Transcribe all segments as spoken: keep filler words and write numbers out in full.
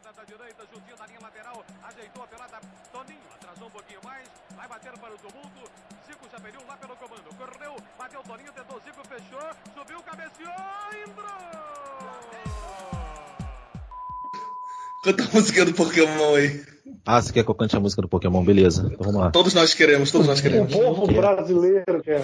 Jogada da direita, juntinho da linha lateral, ajeitou a pelada, Toninho atrasou um pouquinho mais, vai bater para o tumulto, Zico já perdeu lá pelo comando, correu, bateu Toninho, tentou Zico, fechou, subiu, cabeceou, entrou! Canta a música do Pokémon aí. Ah, você quer que eu cante a música do Pokémon? Beleza, então vamos lá. Todos nós queremos, todos nós queremos. O povo brasileiro, cara.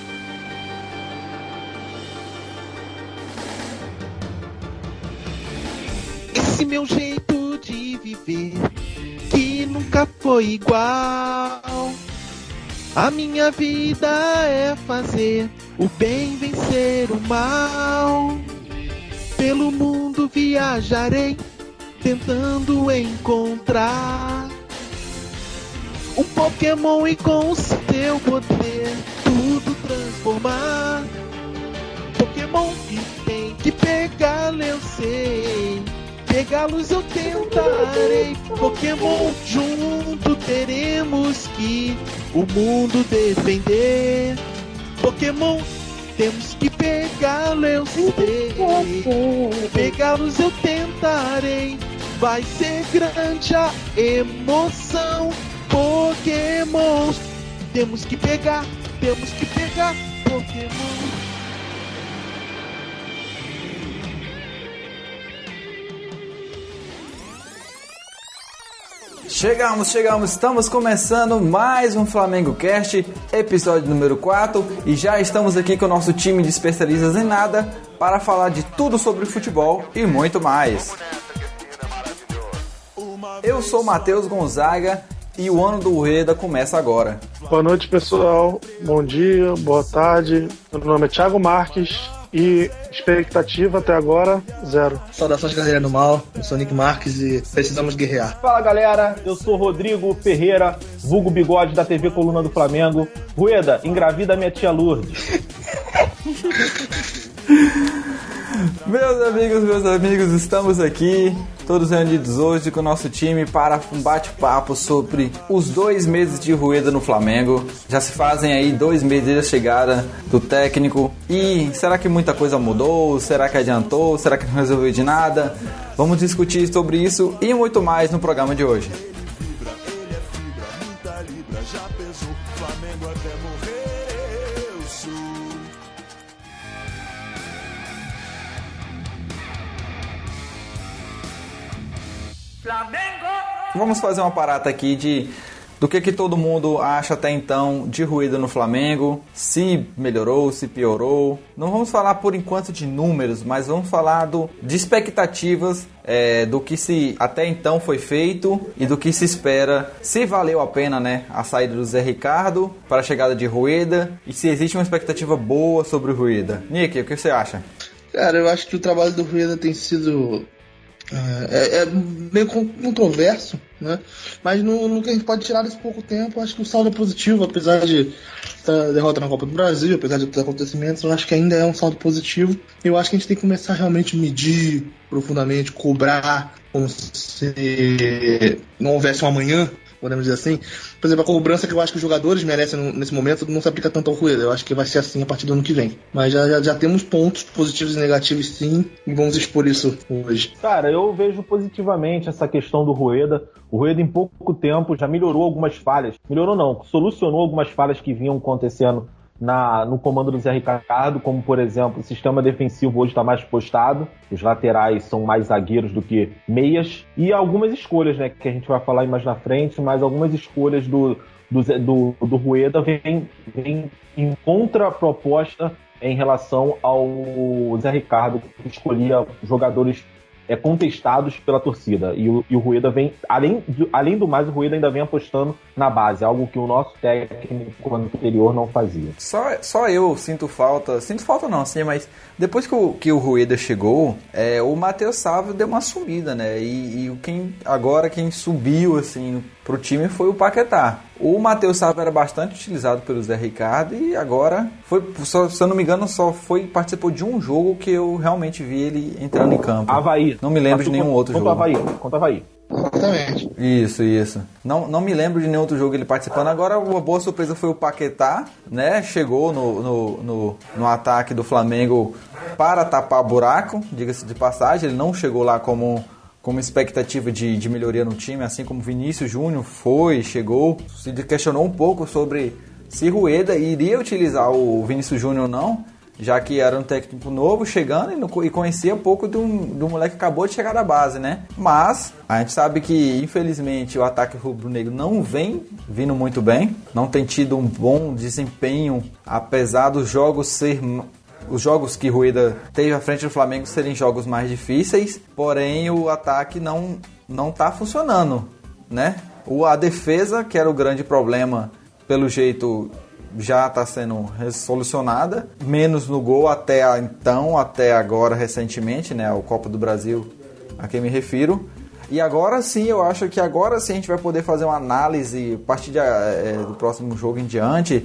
Esse meu jeito de viver, que nunca foi igual. A minha vida é fazer o bem vencer o mal. Pelo mundo viajarei, tentando encontrar um Pokémon e com o seu poder tudo transformar. Pokémon que tem que pegá-lo, eu sei. Pegá-los eu tentarei. Pokémon junto teremos que o mundo defender. Pokémon temos que pegá-lo, eu sei. Pegá-los eu tentarei. Vai ser grande a emoção. Pokémon temos que pegar, temos que pegar Pokémon. Chegamos, chegamos, estamos começando mais um Flamengo Cast, episódio número quatro, e já estamos aqui com o nosso time de especialistas em nada para falar de tudo sobre futebol e muito mais. Eu sou Matheus Gonzaga e o ano do Rueda começa agora. Boa noite, pessoal. Bom dia, boa tarde. Meu nome é Thiago Marques e expectativa até agora, zero. Saudações, galera do mal. Eu sou Nick Marques e precisamos guerrear. Fala, galera. Eu sou Rodrigo Ferreira, vulgo Bigode da T V Coluna do Flamengo. Rueda, engravida minha tia Lourdes. Meus amigos, meus amigos, estamos aqui, todos reunidos hoje com o nosso time para um bate-papo sobre os dois meses de Rueda no Flamengo. Já se fazem aí dois meses da chegada do técnico. E será que muita coisa mudou? Será que adiantou? Será que não resolveu de nada? Vamos discutir sobre isso e muito mais no programa de hoje. Vamos fazer uma parada aqui de do que, que todo mundo acha até então de Rueda no Flamengo, se melhorou, se piorou. Não vamos falar por enquanto de números, mas vamos falar do, de expectativas é, do que se até então foi feito e do que se espera, se valeu a pena, né, a saída do Zé Ricardo para a chegada de Rueda e se existe uma expectativa boa sobre o Rueda. Nick, o que você acha? Cara, eu acho que o trabalho do Rueda tem sido... É, é meio controverso, né? Mas no, no que a gente pode tirar desse pouco tempo, eu acho que o saldo é positivo, apesar de da derrota na Copa do Brasil, apesar de todos os acontecimentos, eu acho que ainda é um saldo positivo. Eu acho que a gente tem que começar a realmente medir profundamente, cobrar, como se não houvesse um amanhã, podemos dizer assim. Por exemplo, a cobrança que eu acho que os jogadores merecem nesse momento não se aplica tanto ao Rueda. Eu acho que vai ser assim a partir do ano que vem. Mas já, já, já temos pontos positivos e negativos, sim, e vamos expor isso hoje. Cara, eu vejo positivamente essa questão do Rueda. O Rueda, em pouco tempo, já melhorou algumas falhas. Melhorou não, solucionou algumas falhas que vinham acontecendo Na, no comando do Zé Ricardo, como por exemplo, o sistema defensivo hoje está mais postado, os laterais são mais zagueiros do que meias, e algumas escolhas, né, que a gente vai falar mais na frente, mas algumas escolhas do, do, do, do Rueda vêm vem em contraproposta em relação ao Zé Ricardo, que escolhia jogadores é, contestados pela torcida, e o, e o Rueda vem, além, de, além do mais, o Rueda ainda vem apostando na base, algo que o nosso técnico anterior não fazia. Só, só eu sinto falta, sinto falta não, assim, mas depois que o, que o Rueda chegou, é, o Matheus Sávio deu uma sumida, né, e, e quem, agora quem subiu, assim, pro time foi o Paquetá. O Matheus Sávio era bastante utilizado pelo Zé Ricardo e agora, foi, só, se eu não me engano, só foi, participou de um jogo que eu realmente vi ele entrando em campo. Avaí. Não me lembro de nenhum outro jogo. Contra Avaí, contra Avaí. Exatamente. Isso, isso. Não, não me lembro de nenhum outro jogo ele participando. Agora, uma boa surpresa foi o Paquetá, né? Chegou no, no, no, no ataque do Flamengo para tapar buraco, diga-se de passagem. Ele não chegou lá como, com uma expectativa de, de melhoria no time, assim como Vinícius Júnior foi, chegou, se questionou um pouco sobre se Rueda iria utilizar o Vinícius Júnior ou não, já que era um técnico novo chegando e, não, e conhecia um pouco do, do moleque que acabou de chegar da base, né? Mas a gente sabe que, infelizmente, o ataque rubro-negro não vem vindo muito bem, não tem tido um bom desempenho, apesar dos jogos ser... Os jogos que Rueda teve à frente do Flamengo serem jogos mais difíceis, porém o ataque não não está funcionando, né? O, a defesa, que era o grande problema, pelo jeito já está sendo solucionada, menos no gol até então, até agora recentemente, né? O Copa do Brasil a quem me refiro. E agora sim, eu acho que agora sim a gente vai poder fazer uma análise a partir de, é, do próximo jogo em diante,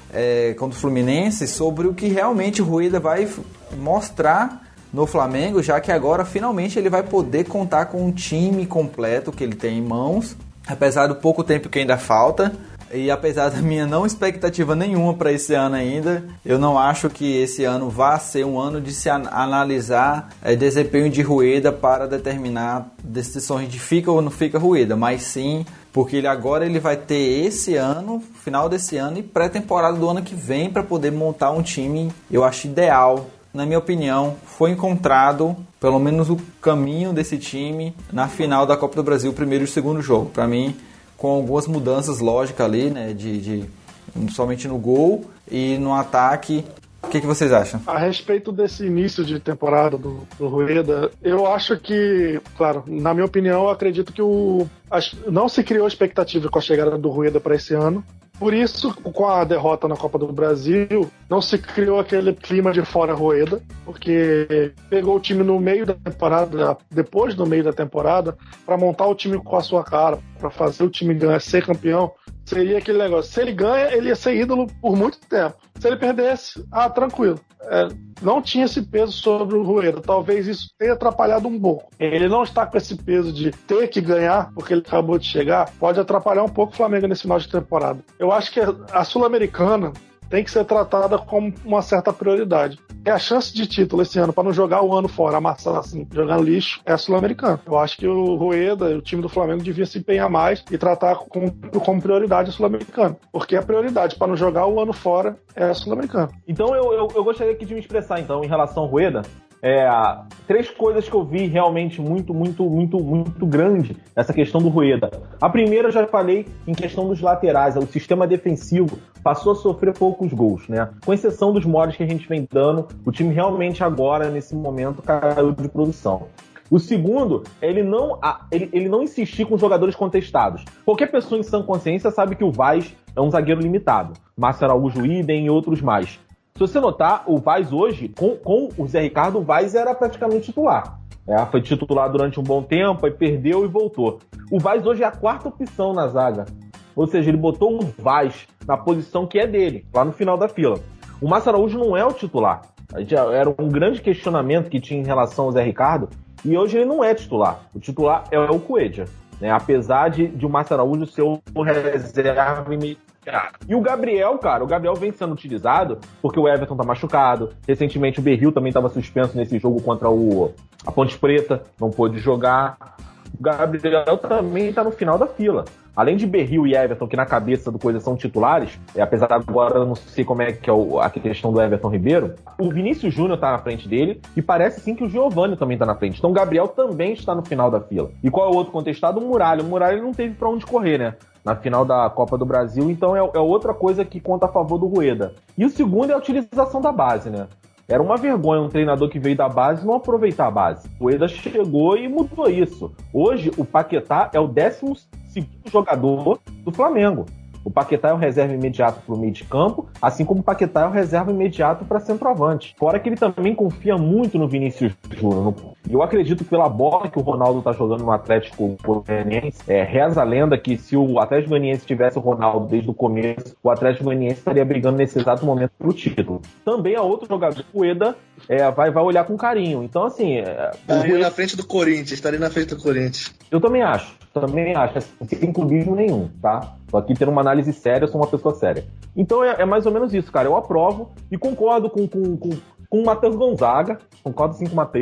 É, contra o Fluminense, sobre o que realmente o Rueda vai mostrar no Flamengo, já que agora finalmente ele vai poder contar com um time completo que ele tem em mãos, apesar do pouco tempo que ainda falta, e apesar da minha não expectativa nenhuma para esse ano ainda, eu não acho que esse ano vá ser um ano de se an- analisar é, desempenho de Rueda para determinar decisões de fica ou não fica Rueda, mas sim porque ele agora ele vai ter esse ano, final desse ano e pré-temporada do ano que vem para poder montar um time, eu acho ideal. Na minha opinião, foi encontrado pelo menos o caminho desse time na final da Copa do Brasil, o primeiro e o segundo jogo. Para mim, com algumas mudanças lógicas ali, né, de, de somente no gol e no ataque. O que, que vocês acham? A respeito desse início de temporada do, do Rueda, eu acho que, claro, na minha opinião, eu acredito que o, não se criou expectativa com a chegada do Rueda para esse ano. Por isso, com a derrota na Copa do Brasil, não se criou aquele clima de fora Rueda, porque pegou o time no meio da temporada, depois do meio da temporada, para montar o time com a sua cara, para fazer o time ganhar, ser campeão. Seria aquele negócio, se ele ganha, ele ia ser ídolo por muito tempo. Se ele perdesse, ah, tranquilo. É, não tinha esse peso sobre o Rueda. Talvez isso tenha atrapalhado um pouco. Ele não está com esse peso de ter que ganhar, porque ele acabou de chegar, pode atrapalhar um pouco o Flamengo nesse final de temporada. Eu acho que a Sul-Americana tem que ser tratada como uma certa prioridade. É a chance de título esse ano, para não jogar o ano fora, amassar assim, jogar no lixo, é a Sul-Americana. Eu acho que o Rueda, o time do Flamengo, devia se empenhar mais e tratar como, como prioridade a Sul-Americana. Porque a prioridade para não jogar o ano fora é a Sul-Americana. Então eu, eu, eu gostaria aqui de me expressar, então, em relação ao Rueda. É, três coisas que eu vi realmente muito, muito, muito, muito grande nessa questão do Rueda. A primeira, eu já falei, em questão dos laterais. O sistema defensivo passou a sofrer poucos gols, né? Com exceção dos modos que a gente vem dando, o time realmente agora, nesse momento, caiu de produção. O segundo, ele não, ele, ele não insistir com jogadores contestados. Qualquer pessoa em sã consciência sabe que o Vaz é um zagueiro limitado. Márcio Araújo, idem e outros mais. Se você notar, o Vaz hoje, com, com o Zé Ricardo, o Vaz era praticamente titular. É, foi titular durante um bom tempo, aí perdeu e voltou. O Vaz hoje é a quarta opção na zaga. Ou seja, ele botou o Vaz na posição que é dele, lá no final da fila. O Márcio Araújo não é o titular. Era um grande questionamento que tinha em relação ao Zé Ricardo, e hoje ele não é titular. O titular é o Coelho, né? Apesar de, de o Márcio Araújo ser o reserva imediato. E o Gabriel, cara, o Gabriel vem sendo utilizado porque o Everton tá machucado. Recentemente o Berril também estava suspenso nesse jogo contra o, a Ponte Preta, não pôde jogar. O Gabriel também tá no final da fila. Além de Berril e Everton, que na cabeça do Coisa são titulares, é, apesar de agora eu não sei como é que é o, a questão do Everton Ribeiro, o Vinícius Júnior tá na frente dele e parece sim que o Giovani também tá na frente. Então o Gabriel também está no final da fila. E qual é o outro contestado? O Muralha. O Muralha não teve pra onde correr, né? Na final da Copa do Brasil, então é, é outra coisa que conta a favor do Rueda. E o segundo é a utilização da base, né? Era uma vergonha um treinador que veio da base não aproveitar a base. O Rueda chegou e mudou isso. Hoje, o Paquetá é o décimo segundo jogador do Flamengo. O Paquetá é o reserva imediato para o meio de campo, assim como o Paquetá é o reserva imediato para centroavante. Fora que ele também confia muito no Vinícius Júnior. Eu acredito que pela bola que o Ronaldo está jogando no Atlético Goianiense, é, reza a lenda que se o Atlético Goianiense tivesse o Ronaldo desde o começo, o Atlético Goianiense estaria brigando nesse exato momento pelo título. Também a outro jogador, o Rueda, é, vai, vai olhar com carinho. Então, assim... É, estaria Rueda... na frente do Corinthians, estaria na frente do Corinthians. Eu também acho, também acho, assim, sem clubismo nenhum, tá? Tô aqui tendo uma análise séria, eu sou uma pessoa séria. Então é, é mais ou menos isso, cara. Eu aprovo e concordo com, com, com, com o Matheus Gonzaga, concordo sim com o Matheus,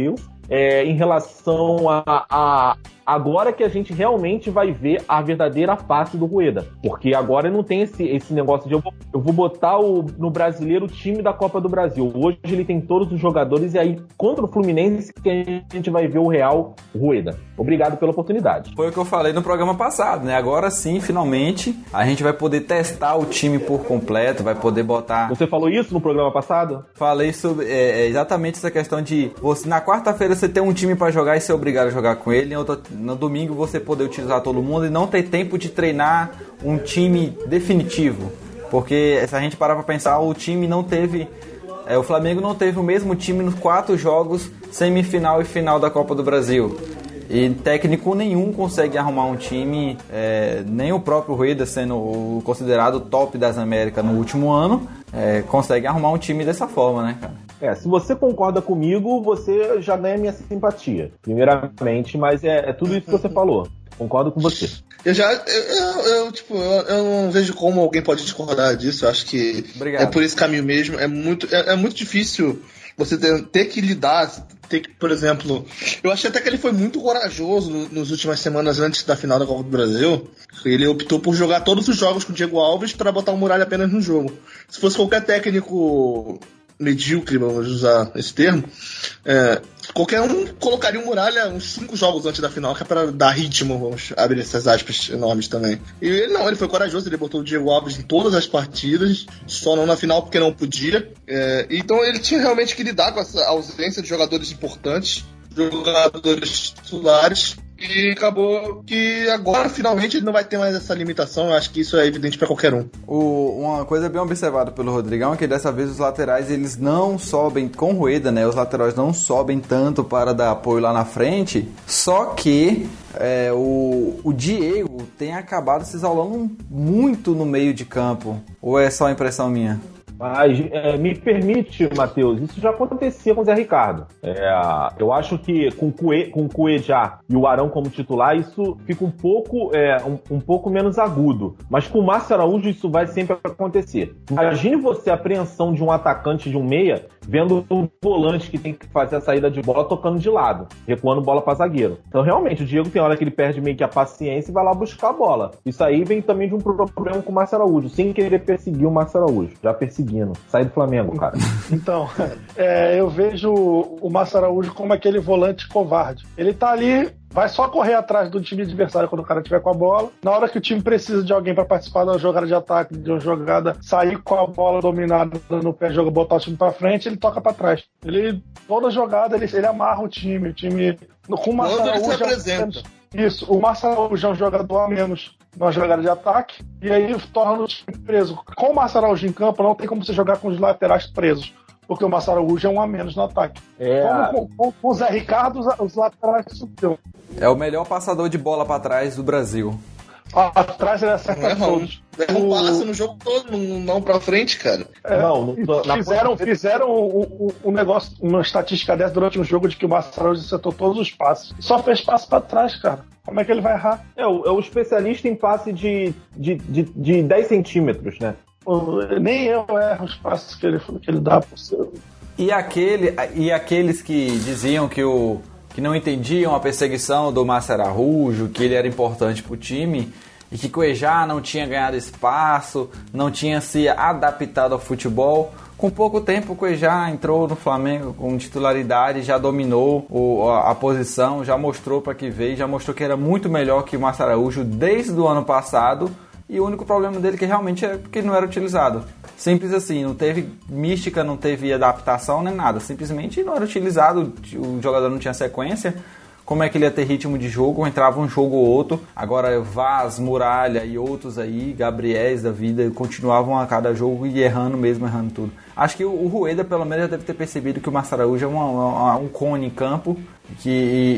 é, em relação a, a agora que a gente realmente vai ver a verdadeira face do Rueda. Porque agora não tem esse, esse negócio de eu vou, eu vou botar o, no brasileiro o time da Copa do Brasil. Hoje ele tem todos os jogadores e aí contra o Fluminense que a gente vai ver o real Rueda. Obrigado pela oportunidade. Foi o que eu falei no programa passado, né? Agora sim, finalmente, a gente vai poder testar o time por completo, vai poder botar... Você falou isso no programa passado? Falei sobre é, é exatamente essa questão de você, na quarta-feira você ter um time pra jogar e ser obrigado a jogar com ele, em outra, no domingo você poder utilizar todo mundo e não ter tempo de treinar um time definitivo. Porque se a gente parar pra pensar, o time não teve... É, o Flamengo não teve o mesmo time nos quatro jogos, semifinal e final da Copa do Brasil. E técnico nenhum consegue arrumar um time, é, nem o próprio Rueda, sendo o considerado top das Américas no último ano, é, consegue arrumar um time dessa forma, né, cara? É, se você concorda comigo, você já ganha minha simpatia, primeiramente, mas é, é tudo isso que você falou. Concordo com você. Eu já, eu, eu, eu, tipo, eu, eu não vejo como alguém pode discordar disso. Eu acho que Obrigado. É por esse caminho mesmo. É muito, é, é muito difícil você ter, ter que lidar, ter que, por exemplo, eu achei até que ele foi muito corajoso no, nas últimas semanas antes da final da Copa do Brasil. Ele optou por jogar todos os jogos com o Diego Alves para botar o Muralha apenas no jogo. Se fosse qualquer técnico medíocre, vamos usar esse termo, é, qualquer um colocaria o Muralha uns cinco jogos antes da final, que é para dar ritmo, vamos abrir essas aspas enormes também. E ele não, ele foi corajoso, ele botou o Diego Alves em todas as partidas, só não na final porque não podia. É, então ele tinha realmente que lidar com essa ausência de jogadores importantes, jogadores titulares, e acabou que agora finalmente ele não vai ter mais essa limitação. Eu acho que isso é evidente para qualquer um. O, uma coisa bem observada pelo Rodrigão é que dessa vez os laterais eles não sobem com o Rueda, né? Os laterais não sobem tanto para dar apoio lá na frente, só que é, o, o Diego tem acabado se isolando muito no meio de campo. Ou é só impressão minha? Mas é, me permite, Matheus, isso já acontecia com o Zé Ricardo. É, eu acho que com o Cue, com o Cuejá e o Arão como titular, isso fica um pouco, é, um, um pouco menos agudo. Mas com o Márcio Araújo isso vai sempre acontecer. Imagine você a apreensão de um atacante de um meia, vendo um volante que tem que fazer a saída de bola tocando de lado, recuando bola para zagueiro. Então realmente o Diego tem hora que ele perde meio que a paciência e vai lá buscar a bola. Isso aí vem também de um problema com o Márcio Araújo, sem querer perseguir o Márcio Araújo. Já persegui. Sai do Flamengo, cara. Então, é, eu vejo o Márcio Araújo como aquele volante covarde. Ele tá ali, vai só correr atrás do time adversário quando o cara tiver com a bola. Na hora que o time precisa de alguém para participar da jogada de ataque, de uma jogada, sair com a bola dominada no pé, joga, botar o time para frente, ele toca para trás. Ele, toda jogada, ele, ele amarra o time. O time com o Márcio Quando ele se Araújo, apresenta. Isso, o Márcio Araújo é um jogador a menos numa jogada de ataque, e aí torna o time preso. Com o Márcio Araújo em campo, não tem como você jogar com os laterais presos, porque o Márcio Araújo é um a menos no ataque. É. Como com, com, com o Zé Ricardo, os, os laterais subiram. É o melhor passador de bola para trás do Brasil. Atrás ele acerta não, todos. Derruba o passe no jogo todo, não, não pra frente, cara. É, não, não, na fizeram fizeram um, um, um negócio, uma estatística dessa durante um jogo de que o Márcio Araújo acertou todos os passes. Só fez passe pra trás, cara. Como é que ele vai errar? É o, é o especialista em passe de, de, de, de dez centímetros, né? Nem eu erro os passes que ele, que ele dá pro seu. E, aquele, e aqueles que diziam que, o, que não entendiam a perseguição do Márcio Araújo, que ele era importante pro time, e que Cuejá não tinha ganhado espaço, não tinha se adaptado ao futebol. Com pouco tempo o Cuejá entrou no Flamengo com titularidade, já dominou o, a, a posição, já mostrou para que veio, já mostrou que era muito melhor que o Márcio Araújo desde o ano passado, e o único problema dele que realmente é porque não era utilizado. Simples assim, não teve mística, não teve adaptação nem nada, simplesmente não era utilizado, o jogador não tinha sequência. Como é que ele ia ter ritmo de jogo? Entrava um jogo ou outro. Agora Vaz, Muralha e outros aí, Gabriéis da vida, continuavam a cada jogo e errando mesmo, errando tudo. Acho que o, o Rueda, pelo menos, já deve ter percebido que o Márcio Araújo é uma, uma, um cone em campo que,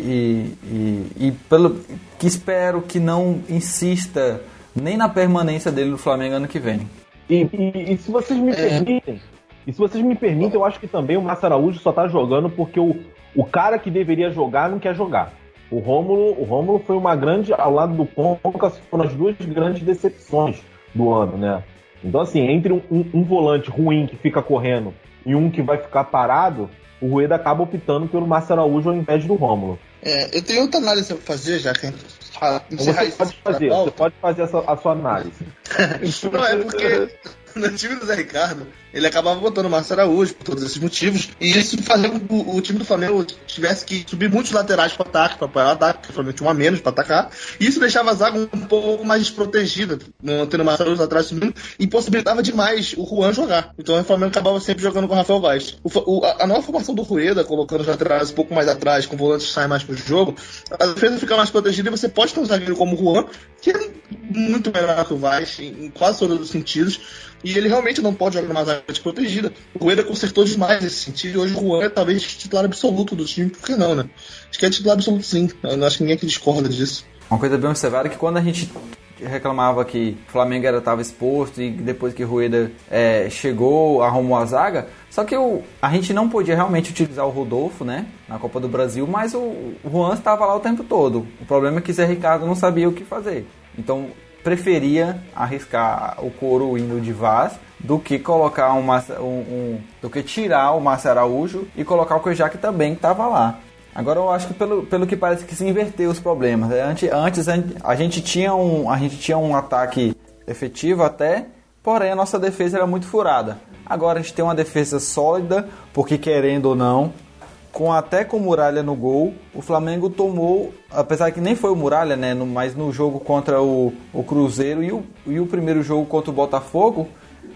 e, e, e, e pelo, que espero que não insista nem na permanência dele no Flamengo ano que vem. E, e, e se vocês me permitem, e se vocês me permitem, eu acho que também o Márcio Araújo só tá jogando porque o O cara que deveria jogar não quer jogar. O Rômulo, o Rômulo foi uma grande, ao lado do Conca, foram as duas grandes decepções do ano, né? Então, assim, entre um, um, um volante ruim que fica correndo e um que vai ficar parado, o Rueda acaba optando pelo Márcio Araújo ao invés do Rômulo. É, eu tenho outra análise pra fazer, já que a gente fala. Então você pode fazer, você pode fazer a sua, a sua análise. Não, é porque no time do Zé Ricardo, ele acabava botando o Márcio Araújo por todos esses motivos, e isso fazia com que o, o time do Flamengo tivesse que subir muitos laterais para ataque, para apoiar o ataque, porque o Flamengo tinha um a menos para atacar, e isso deixava a zaga um pouco mais desprotegida, não tendo o Márcio Araújo atrás subindo, e possibilitava demais o Juan jogar. Então o Flamengo acabava sempre jogando com o Rafael Vaz. O, o, a nova formação do Rueda, colocando os laterais um pouco mais atrás, com volantes que saem mais pro jogo, a defesa fica mais protegida e você pode ter um zagueiro como o Juan, que é muito melhor que o Vaz, em, em quase todos os sentidos, e ele realmente não pode jogar numa zaga desprotegida. O Rueda consertou demais nesse sentido, e hoje o Juan é talvez titular absoluto do time, por que não, né? Acho que é titular absoluto sim, eu não acho que ninguém aqui discorda disso. Uma coisa bem observada é que quando a gente reclamava que o Flamengo estava exposto e depois que o Rueda é, chegou, arrumou a zaga, só que o, a gente não podia realmente utilizar o Rodolfo, né, na Copa do Brasil, mas o, o Juan estava lá o tempo todo. O problema é que Zé Ricardo não sabia o que fazer, então preferia arriscar o couro indo de Vaz do que colocar um, um, um do que tirar o Márcio Araújo e colocar o Cuejá, que também estava lá. Agora eu acho que pelo, pelo que parece que se inverteu os problemas. Antes, antes a gente tinha um a gente tinha um ataque efetivo até, porém a nossa defesa era muito furada. Agora a gente tem uma defesa sólida, porque querendo ou não, com até com Muralha no gol, o Flamengo tomou, apesar que nem foi o Muralha, né, no, mas no jogo contra o, o Cruzeiro e o, e o primeiro jogo contra o Botafogo,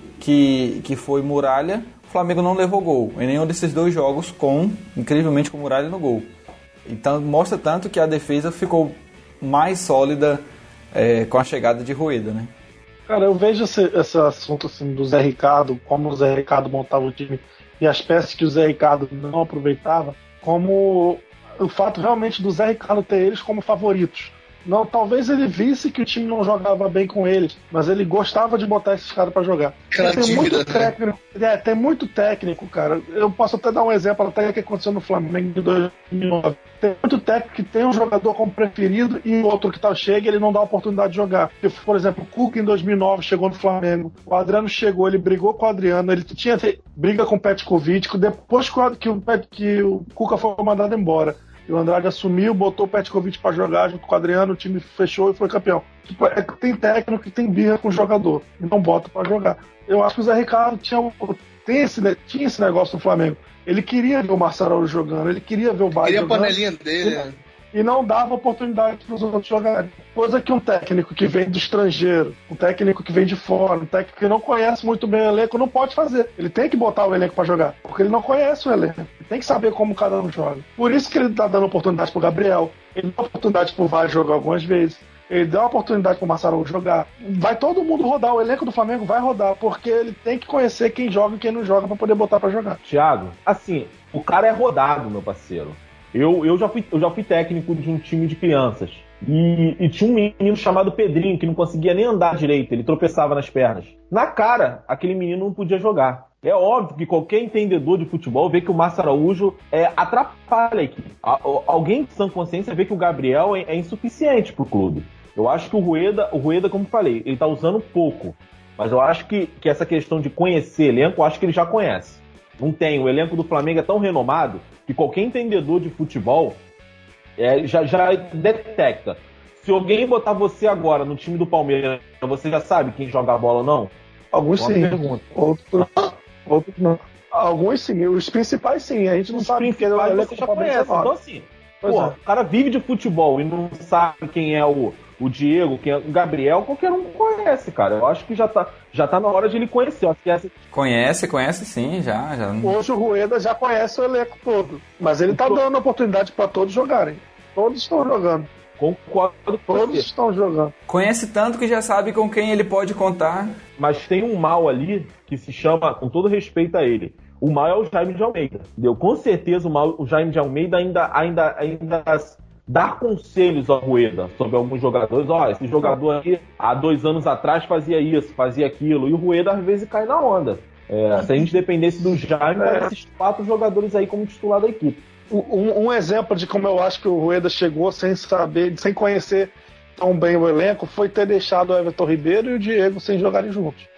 que, que foi Muralha, o Flamengo não levou gol em nenhum desses dois jogos, com, incrivelmente, com Muralha no gol. Então mostra tanto que a defesa ficou mais sólida é, com a chegada de Rueda, né? Cara, eu vejo esse, esse assunto assim, do Zé Ricardo, como o Zé Ricardo montava o time e as peças que o Zé Ricardo não aproveitava, como o fato realmente do Zé Ricardo ter eles como favoritos. Não, talvez ele visse que o time não jogava bem com eles, mas ele gostava de botar esses caras pra jogar. Tem muito técnico, é, tem muito técnico, cara. Eu posso até dar um exemplo até que aconteceu no Flamengo em dois mil e nove. Tem muito técnico que tem um jogador como preferido e outro que tá, chega e ele não dá a oportunidade de jogar. Por exemplo, o Cuca em dois mil e nove chegou no Flamengo. O Adriano chegou, ele brigou com o Adriano, ele tinha briga com o Petkovic. Depois que o, que o Cuca foi mandado embora, e o Andrade assumiu, botou o Petkovic pra jogar junto com o Adriano, o time fechou e foi campeão. Tipo, é que tem técnico que tem birra com o jogador e não bota pra jogar. Eu acho que o Zé Ricardo tinha, tem esse, tinha esse negócio no Flamengo. Ele queria ver o Marcelo Araújo jogando, ele queria ver o Bahia jogando. Queria a panelinha dele, né? E não dava oportunidade para os outros jogarem. Coisa que um técnico que vem do estrangeiro, um técnico que vem de fora, um técnico que não conhece muito bem o elenco, não pode fazer. Ele tem que botar o elenco para jogar, porque ele não conhece o elenco. Ele tem que saber como cada um joga. Por isso que ele tá dando oportunidade pro Gabriel, ele dá oportunidade pro Vaz jogar algumas vezes, ele dá oportunidade pro Marcelo jogar. Vai todo mundo rodar, o elenco do Flamengo vai rodar, porque ele tem que conhecer quem joga e quem não joga para poder botar para jogar. Thiago, assim, o cara é rodado, meu parceiro. Eu, eu, já fui, eu já fui técnico de um time de crianças. E, e tinha um menino chamado Pedrinho, que não conseguia nem andar direito, ele tropeçava nas pernas. Na cara, aquele menino não podia jogar. É óbvio que qualquer entendedor de futebol vê que o Márcio Araújo é, atrapalha a equipe. Alguém de sã consciência vê que o Gabriel é, é insuficiente pro clube. Eu acho que o Rueda, o Rueda, como falei, ele tá usando pouco. Mas eu acho que, que essa questão de conhecer elenco, eu acho que ele já conhece. Não tem, o elenco do Flamengo é tão renomado que qualquer entendedor de futebol é, já, já detecta. Se alguém botar você agora no time do Palmeiras, você já sabe quem joga a bola ou não? Alguns Boa sim, pergunta. Outros, outros não. Alguns sim, os principais sim, a gente não os sabe quem é o elenco. Você já conhece, então assim, pô, é. O cara vive de futebol e não sabe quem é o, o Diego, quem é o Gabriel, qualquer um conhece, cara. Eu acho que já tá, já tá na hora de ele conhecer. Eu acho que essa... Conhece, conhece sim, já, já. Hoje o Rueda já conhece o elenco todo, mas ele tá dando oportunidade para todos jogarem. Todos estão jogando. Concordo com Todos você. estão jogando. Conhece tanto que já sabe com quem ele pode contar. Mas tem um mal ali que se chama, com todo respeito a ele, o mal é o Jaime de Almeida. Entendeu? Com certeza o, mal, o Jaime de Almeida ainda, ainda, ainda dá conselhos ao Rueda sobre alguns jogadores. Ó, oh, esse jogador aqui há dois anos atrás fazia isso, fazia aquilo. E o Rueda às vezes cai na onda. É, se a gente dependesse do Jaime, é. esses quatro jogadores aí como titular da equipe. Um, um exemplo de como eu acho que o Rueda chegou sem saber, sem conhecer tão bem o elenco, foi ter deixado o Everton Ribeiro e o Diego sem jogarem juntos.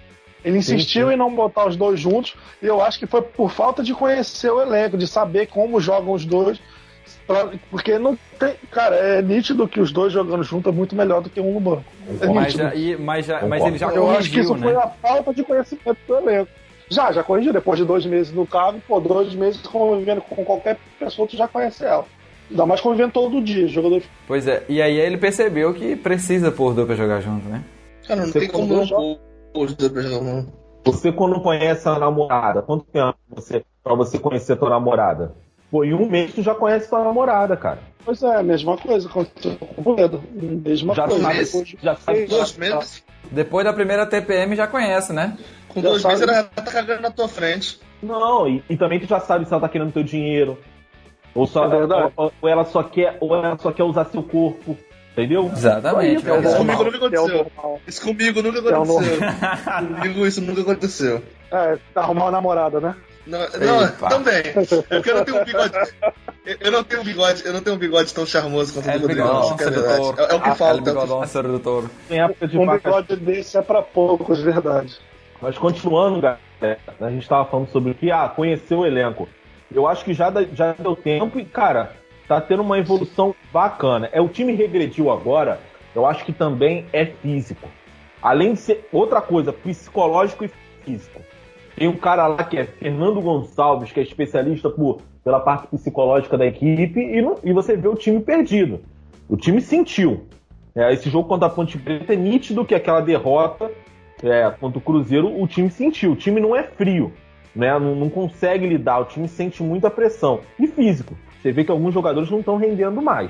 Ele insistiu sim, sim. em não botar os dois juntos, e eu acho que foi por falta de conhecer o elenco, de saber como jogam os dois, pra, porque não tem... Cara, é nítido que os dois jogando juntos é muito melhor do que um no banco. É Mas, nítido. já, e, mas, já, mas ele já Eu corrigiu, acho que isso né? foi a falta de conhecimento do elenco. Já, já corrigiu. Depois de dois meses no cargo, pô, dois meses convivendo com qualquer pessoa, tu já conhece ela. Ainda mais convivendo todo dia, jogador. Pois é, e aí ele percebeu que precisa pôr dois pra jogar junto, né? Cara, não Você tem como não pôr os dois pra jogar, não. Você quando conhece a namorada, quanto tempo você, pra você conhecer a tua namorada? Pô, em um mês tu já conhece tua namorada, cara. Pois é, mesma coisa com o Rueda. Mesma Já coisa. sabe, Depois, já sabe. Dois meses? Depois da primeira T P M já conhece, né? Com Já dois sabe. meses ela já tá cagando na tua frente. Não, e, e também tu já sabe se ela tá querendo teu dinheiro. Ou, só, É verdade. ou, ou ela só quer, ou ela só quer usar seu corpo. Entendeu? Exatamente, Só isso, verdade. Isso normal, comigo nunca é o aconteceu. normal. Isso comigo nunca É o aconteceu. Comigo isso nunca aconteceu. É, arrumar uma namorada, né? Não, não Epa. também. É porque eu não tenho um bigode. Eu não tenho um bigode, eu não tenho um bigode tão charmoso quanto É o o do Rodrigo. bigodão Isso que é verdade. sedutor. É, é o que É o falta. bigodão sedutor. Em época de Um vaca- bigode desse é pra poucos, verdade. Mas continuando, galera, a gente tava falando sobre o que? Ah, conhecer o elenco. Eu acho que já, da- já deu tempo e, cara, tá tendo uma evolução bacana. É, o time regrediu agora, eu acho que também é físico. Além de ser outra coisa, psicológico e físico. Tem um cara lá que é Fernando Gonçalves, que é especialista por, pela parte psicológica da equipe, e, não- e você vê o time perdido. O time sentiu. É, esse jogo contra a Ponte Preta é nítido que aquela derrota é, contra o Cruzeiro, o time sentiu. O time não é frio, né? não, não consegue lidar, o time sente muita pressão. E físico. Você vê que alguns jogadores não estão rendendo mais.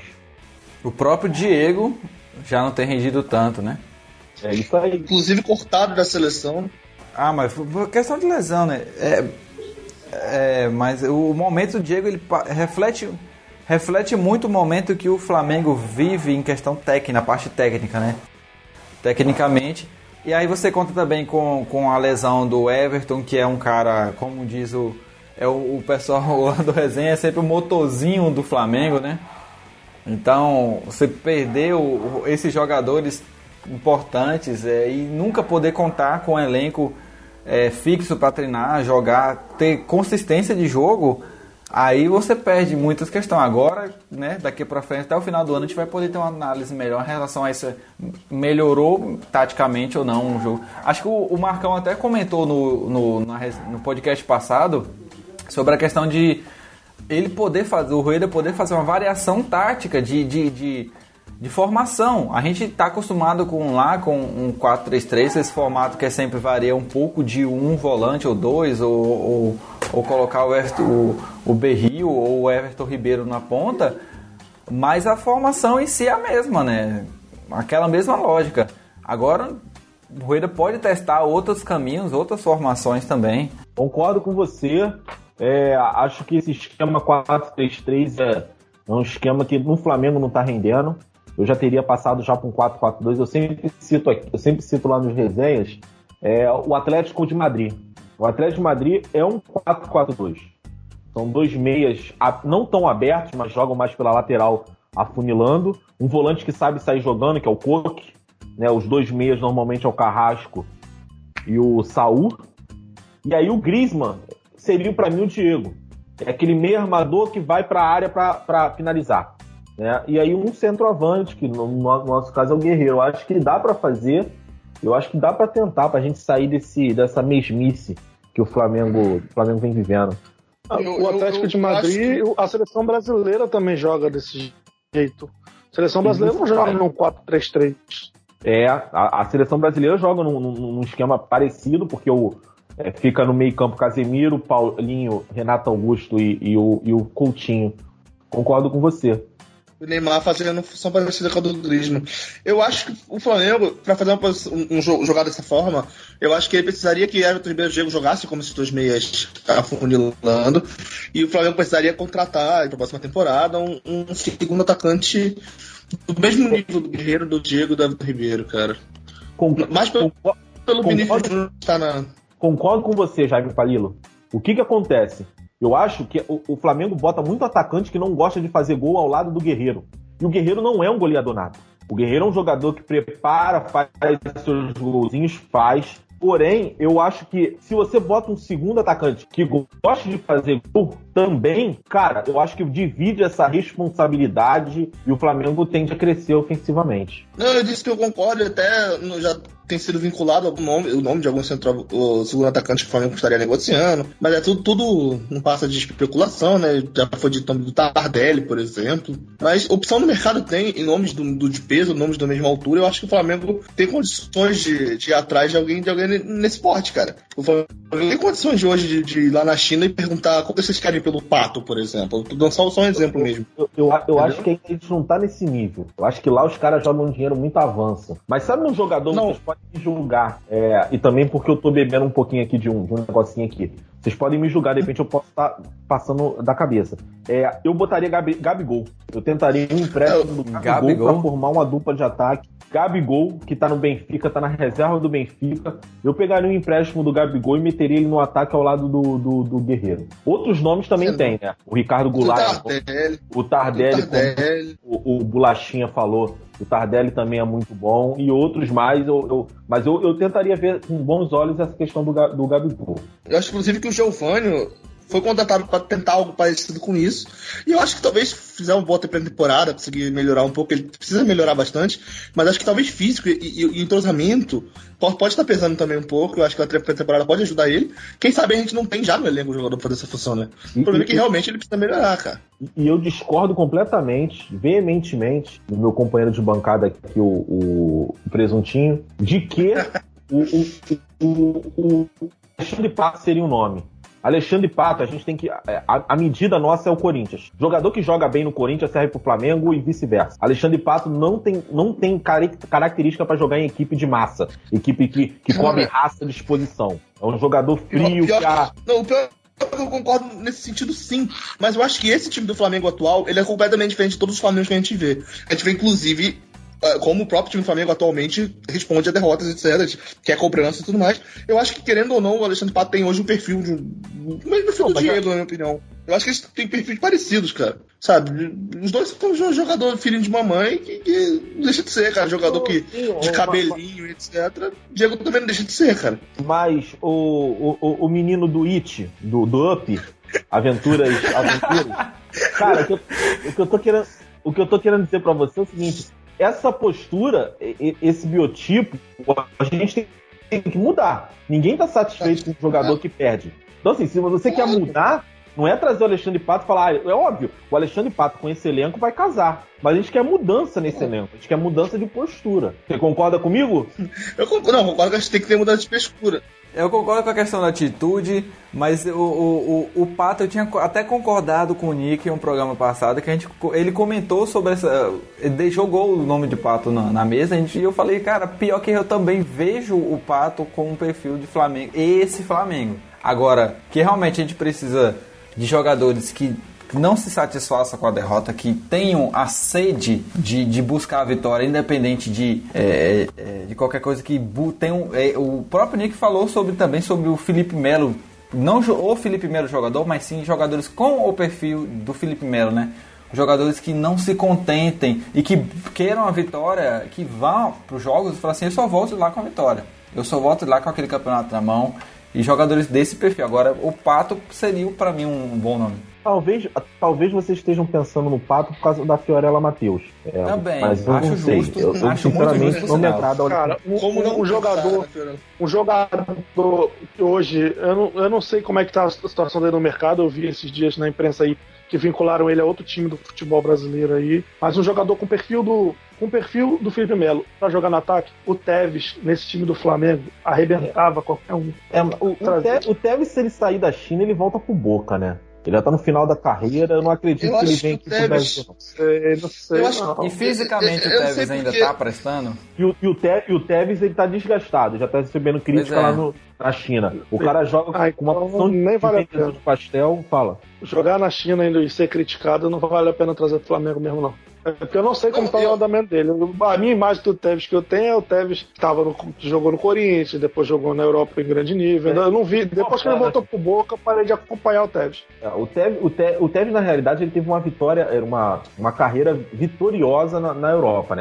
O próprio Diego já não tem rendido tanto, né? É isso aí. Inclusive cortado da seleção. Ah, mas por questão de lesão, né? É, é, mas o momento do Diego, ele pa- reflete, reflete muito o momento que o Flamengo vive em questão técnica, na parte técnica, né? Tecnicamente. E aí você conta também com, com a lesão do Everton, que é um cara, como diz o, é o, o pessoal lá do resenha, é sempre o motorzinho do Flamengo, né? Então, você perdeu esses jogadores importantes é, e nunca poder contar com um elenco é, fixo para treinar, jogar, ter consistência de jogo, aí você perde muitas questões. Agora, né, daqui para frente, até o final do ano, a gente vai poder ter uma análise melhor em relação a isso. Melhorou taticamente ou não o jogo. Acho que o, o Marcão até comentou no, no, na, no podcast passado sobre a questão de ele poder fazer, o Rueda poder fazer uma variação tática de, de, de, de formação. A gente está acostumado com lá com um quatro três três, esse formato que é sempre varia um pouco de um volante ou dois, ou, ou, ou colocar o, Everton, o, o Berrio ou o Everton Ribeiro na ponta, mas a formação em si é a mesma, né? Aquela mesma lógica. Agora o Rueda pode testar outros caminhos, outras formações também. Concordo com você. É, acho que esse esquema quatro três três é um esquema que no Flamengo não está rendendo. Eu já teria passado já para um quatro quatro dois. Eu sempre cito aqui, eu sempre cito lá nos resenhas é, o Atlético de Madrid. O Atlético de Madrid é um quatro quatro dois. São dois meias não tão abertos, mas jogam mais pela lateral, afunilando. Um volante que sabe sair jogando, que é o Coque. Né, os dois meias normalmente é o Carrasco e o Saúl. E aí o Griezmann seria para mim o Diego. É aquele meio armador que vai para a área para finalizar. Né? E aí um centroavante, que no, no nosso caso é o Guerreiro. Eu acho que dá para fazer, eu acho que dá para tentar, para a gente sair desse, dessa mesmice que o Flamengo, o Flamengo vem vivendo. Eu, o Atlético eu, eu de Madrid, que... a seleção brasileira também joga desse jeito. A seleção brasileira não joga num quatro três três. É, a, a seleção brasileira joga num, num, num esquema parecido, porque o É, fica no meio campo Casemiro, Paulinho, Renato Augusto e, e, o, e o Coutinho. Concordo com você. O Neymar fazendo função parecida com a do Griezmann. Eu acho que o Flamengo, para fazer uma, um, um jogo dessa forma, eu acho que ele precisaria que Everton Ribeiro e Diego jogassem como esses dois meias afunilando, e o Flamengo precisaria contratar para a próxima temporada um, um segundo atacante do mesmo nível do Guerreiro, do Diego e do Everton Ribeiro, cara. Com, Mais pelo, com, pelo com, Vinícius Júnior estar na... Concordo com você, Jaime Palilo. O que que acontece? Eu acho que o, o Flamengo bota muito atacante que não gosta de fazer gol ao lado do Guerreiro. E o Guerreiro não é um goleador nato. O Guerreiro é um jogador que prepara, faz seus golzinhos, faz, Porém, eu acho que se você bota um segundo atacante que gosta de fazer gol também, cara, eu acho que divide essa responsabilidade e o Flamengo tende a crescer ofensivamente. Não, eu disse que eu concordo, até no- já tem sido vinculado ao nome, o nome de algum central, o segundo atacante que o Flamengo estaria negociando, mas é tudo, tudo não passa de especulação, né? Já foi dito o nome do Tardelli, por exemplo. Mas opção no mercado tem, em nomes do, do de peso, nomes da mesma altura, eu acho que o Flamengo tem condições de, de ir atrás de alguém, de alguém nesse porte, cara. O Flamengo tem condições de hoje de, de ir lá na China e perguntar quanto vocês querem pelo Pato, por exemplo. Eu tô dando só, só um exemplo mesmo. Eu, eu, eu acho que a gente não tá nesse nível. Eu acho que lá os caras jogam dinheiro muito avanço. Mas sabe um jogador que Não. vocês podem me julgar? É, e também porque eu tô bebendo um pouquinho aqui de um, de um negocinho aqui. Vocês podem me julgar, de repente eu posso estar passando da cabeça. É, eu botaria Gabi, Gabigol. Eu tentaria um empréstimo do Gabigol, Gabigol? pra formar uma dupla de ataque. Gabigol, que tá no Benfica, tá na reserva do Benfica. Eu pegaria um empréstimo do Gabigol e meteria ele no ataque ao lado do, do, do Guerreiro. Outros nomes também Sim. tem, né? O Ricardo O Goulart, Tardelli, o Tardelli, o Tardelli. como o, o Bolachinha falou, o Tardelli também é muito bom, e outros mais, eu, eu- mas eu, eu tentaria ver com bons olhos essa questão do, Ga- do Gabigol. Eu acho, inclusive, que o Giovânio foi contratado para tentar algo parecido com isso. E eu acho que talvez fizer uma boa pré-temporada, conseguir melhorar um pouco. Ele precisa melhorar bastante, mas acho que talvez físico e, e, e entrosamento pode, pode estar pesando também um pouco. Eu acho que a pré-temporada pode ajudar ele. Quem sabe a gente não tem já no elenco um jogador para fazer essa função, né? O problema é que realmente ele precisa melhorar, cara. E eu discordo completamente, veementemente, do meu companheiro de bancada aqui, o, o, o Presuntinho, de que o, o, o, o Alexandre Pato seria o nome. Alexandre Pato, a gente tem que. A, a medida nossa é o Corinthians. Jogador que joga bem no Corinthians serve pro Flamengo e vice-versa. Alexandre Pato não tem, não tem cari- característica para jogar em equipe de massa. Equipe que, que cobre raça de exposição. É um jogador frio Pior- que a. Não, o pior é que eu concordo nesse sentido, sim. Mas eu acho que esse time do Flamengo atual, ele é completamente diferente de todos os Flamengos que a gente vê. A gente vê, inclusive, eh, como o próprio time do Flamengo atualmente responde a derrotas, etcétera, que é cobrança e tudo mais. Eu acho que, querendo ou não, o Alexandre Pato tem hoje o perfil de um- o mesmo perfil Não, do mas Diego, na minha opinião. Eu acho que eles têm perfis parecidos, cara. Sabe? Os dois são um jogador filho de mamãe que, que não deixa de ser, cara. Jogador que, Sim, de o- cabelinho, etcétera. Diego também não deixa de ser, cara. Mas o, o, o- o menino do It, do, do Up, Aventuras, Aventuras. Cara, o que, eu, o que eu tô querendo, o que eu tô querendo dizer pra você é o seguinte: essa postura, e- e- esse biotipo, a gente tem, tem que mudar. Ninguém tá satisfeito com o jogador que perde. Então, assim, se você quer mudar, não é trazer o Alexandre Pato e falar, ah, é óbvio, o Alexandre Pato com esse elenco vai casar. Mas a gente quer mudança nesse elenco, a gente quer mudança de postura. Você concorda comigo? Eu concordo, não, eu concordo que a gente tem que ter mudança de pescura. Eu concordo com a questão da atitude, mas o, o, o, o Pato, eu tinha até concordado com o Nick em um programa passado, que a gente, ele comentou sobre essa... Ele jogou o nome de Pato na, na mesa, a gente, e eu falei, cara, pior que eu também vejo o Pato com um perfil de Flamengo, esse Flamengo. Agora, que realmente a gente precisa de jogadores que não se satisfaçam com a derrota, que tenham a sede de, de buscar a vitória, independente de, é, é, de qualquer coisa que bu- tenham. É, o próprio Nick falou sobre, também sobre o Felipe Melo, não jo- o Felipe Melo jogador, mas sim jogadores com o perfil do Felipe Melo, né? Jogadores que não se contentem e que queiram a vitória, que vão para os jogos e falam assim, eu só volto lá com a vitória, eu só volto lá com aquele campeonato na mão. E jogadores desse perfil. Agora, o Pato seria para mim um bom nome. Talvez, talvez vocês estejam pensando no Pato por causa da Fiorella Matheus. É, Também, mas eu acho não sei. justo, Eu, eu acho muito sinceramente justo, não me sinal. agrada. Cara, um, Como não um, um jogador, pensar, né, um jogador que hoje, eu não, eu não sei como é que tá a situação dele no mercado, eu vi esses dias na imprensa aí que vincularam ele a outro time do futebol brasileiro aí, mas um jogador com perfil do com perfil do Felipe Melo pra jogar no ataque, o Tevez nesse time do Flamengo arrebentava qualquer um. É, o, o, Te, o Tevez, se ele sair da China, ele volta pro Boca, né? Ele já tá no final da carreira, eu não acredito Eu que ele acho venha que aqui o pro Tevez- Brasil. não. Sei, não sei. Eu acho- não. E fisicamente Eu- o eu não Tevez sei ainda porque- tá prestando? E o, e o, Te, e o Tevez, ele tá desgastado, já tá recebendo crítica Pois é. lá no, na China. O cara joga Ah, com uma então porção de nem vale a vendedor pena. de pastel, fala. Jogar na China ainda e ser criticado não vale a pena trazer pro Flamengo mesmo, não. É porque eu não sei como Não, tá eu- o andamento dele. A minha imagem do Tevez que eu tenho é o Tevez que tava no, jogou no Corinthians, depois jogou na Europa em grande nível. Eu não vi. Depois que ele voltou pro Boca, eu parei de acompanhar o Tevez. É, o, Tevez, o, Te, o Tevez, na realidade, ele teve uma vitória, era uma, uma carreira vitoriosa na, na Europa, né?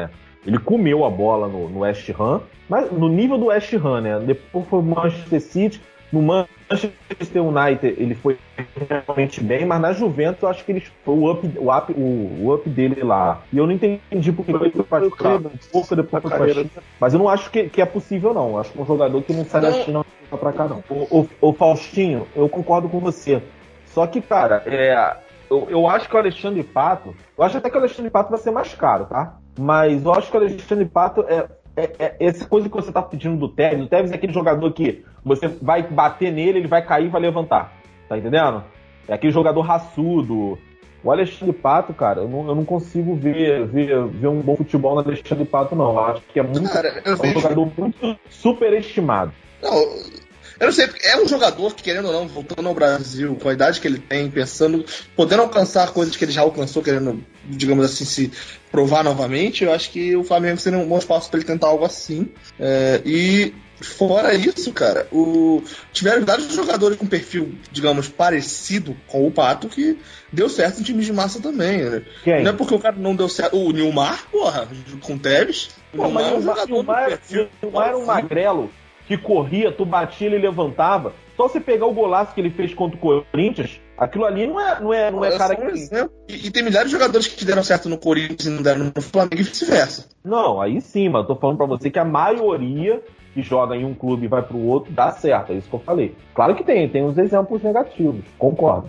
Ele comeu a bola no, no West Ham, mas no nível do West Ham, né? Depois foi o Manchester City. No Manchester United ele foi realmente bem, mas na Juventus eu acho que ele foi o up, o up, o, o up dele lá. E eu não entendi porque ele foi pra China, um pouco depois foi pra China. Mas eu não acho que, que é possível, não. Eu acho que um jogador que não sai da China não vai pra cá, não. O, o, o Faustinho, eu concordo com você. Só que, cara, é, eu, eu acho que o Alexandre Pato, eu acho até que o Alexandre Pato vai ser mais caro, tá? Mas eu acho que o Alexandre Pato é. É, é, essa coisa que você tá pedindo do Tevez, o Tevez é aquele jogador que você vai bater nele, ele vai cair e vai levantar. Tá entendendo? É aquele jogador raçudo. O Alexandre Pato, cara, eu não, eu não consigo ver, ver, ver um bom futebol no Alexandre Pato, não. Eu acho que é muito. Cara, é um vejo... jogador muito superestimado. Não, eu não sei, é um jogador que, querendo ou não, voltando ao Brasil, com a idade que ele tem, pensando, podendo alcançar coisas que ele já alcançou, querendo, digamos assim, se provar novamente, eu acho que o Flamengo seria um bom espaço para ele tentar algo assim. É, e fora isso, cara, o, tiveram vários jogadores com perfil, digamos, parecido com o Pato, que deu certo em times de massa também, né? Não é porque o cara não deu certo. O Nilmar, porra, com o Tevez. Pô, mas o Nilmar, Nilmar, Nilmar era um magrelo que corria, tu batia, ele levantava. Só você pegar o golaço que ele fez contra o Corinthians, aquilo ali não é, não é, não é cara que... E, e tem milhares de jogadores que deram certo no Corinthians e não deram no Flamengo e vice-versa. Não, aí sim, mas eu tô falando pra você que a maioria que joga em um clube e vai pro outro dá certo, é isso que eu falei. Claro que tem, tem uns exemplos negativos, concordo.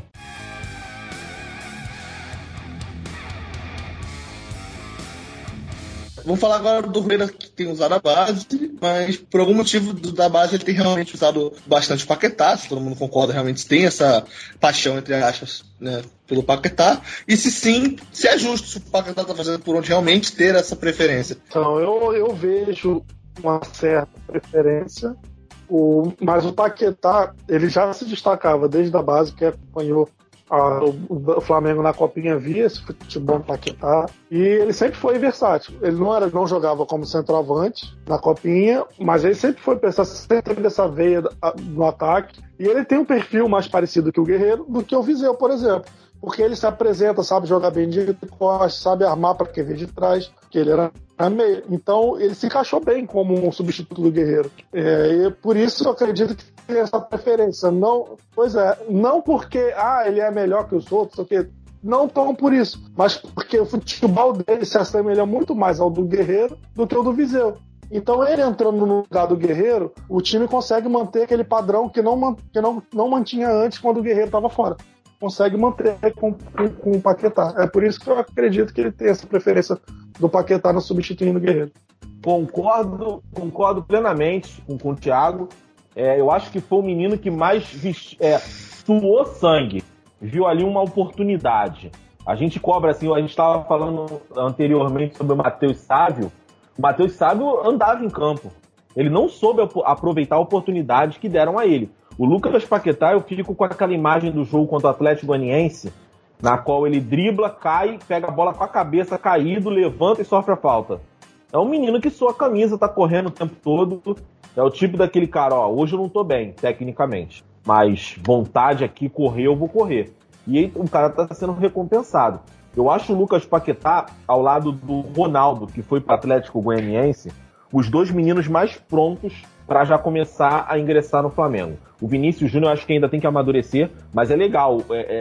Vamos falar agora do Rueda, que tem usado a base, mas por algum motivo da base ele tem realmente usado bastante o Paquetá, se todo mundo concorda, realmente tem essa paixão, entre aspas, né, pelo Paquetá, e se sim, se é justo, se o Paquetá está fazendo por onde realmente ter essa preferência. Então, eu, eu vejo uma certa preferência, o, mas o Paquetá, ele já se destacava desde a base, que acompanhou A, o, o Flamengo na Copinha via esse futebol do Paquetá, e ele sempre foi versátil. Ele não, era, não jogava como centroavante na Copinha, mas ele sempre foi pensar, sempre teve essa veia no ataque, e ele tem um perfil mais parecido que o Guerreiro do que o Viseu, por exemplo, porque ele se apresenta, sabe jogar bem de costas, sabe armar para quem vem de trás, que ele era meio. Então ele se encaixou bem como um substituto do Guerreiro, é, e por isso eu acredito que tem essa preferência. Não, pois é, não porque ah, ele é melhor que os outros, porque não tão por isso, mas porque o futebol dele se assemelha muito mais ao do Guerreiro do que ao do Viseu. Então ele entrando no lugar do Guerreiro, o time consegue manter aquele padrão que não, que não, não mantinha antes quando o Guerreiro estava fora. Consegue manter com, com, com o Paquetá. É por isso que eu acredito que ele tem essa preferência do Paquetá no substituindo o Guerreiro. Concordo, concordo plenamente com, com o Thiago. É, eu acho que foi o menino que mais vesti- é, suou sangue. Viu ali uma oportunidade. A gente cobra assim, a gente estava falando anteriormente sobre o Matheus Sávio. O Matheus Sávio andava em campo. Ele não soube aproveitar a oportunidade que deram a ele. O Lucas Paquetá, eu fico com aquela imagem do jogo contra o Atlético Goianiense, na qual ele dribla, cai, pega a bola com a cabeça caído, levanta e sofre a falta. É um menino que sua camisa, tá correndo o tempo todo. É o tipo daquele cara, ó, hoje eu não tô bem, tecnicamente. Mas vontade aqui, correr, eu vou correr. E aí o cara tá sendo recompensado. Eu acho o Lucas Paquetá, ao lado do Ronaldo, que foi pro Atlético Goianiense, os dois meninos mais prontos para já começar a ingressar no Flamengo. O Vinícius Júnior acho que ainda tem que amadurecer, mas é legal,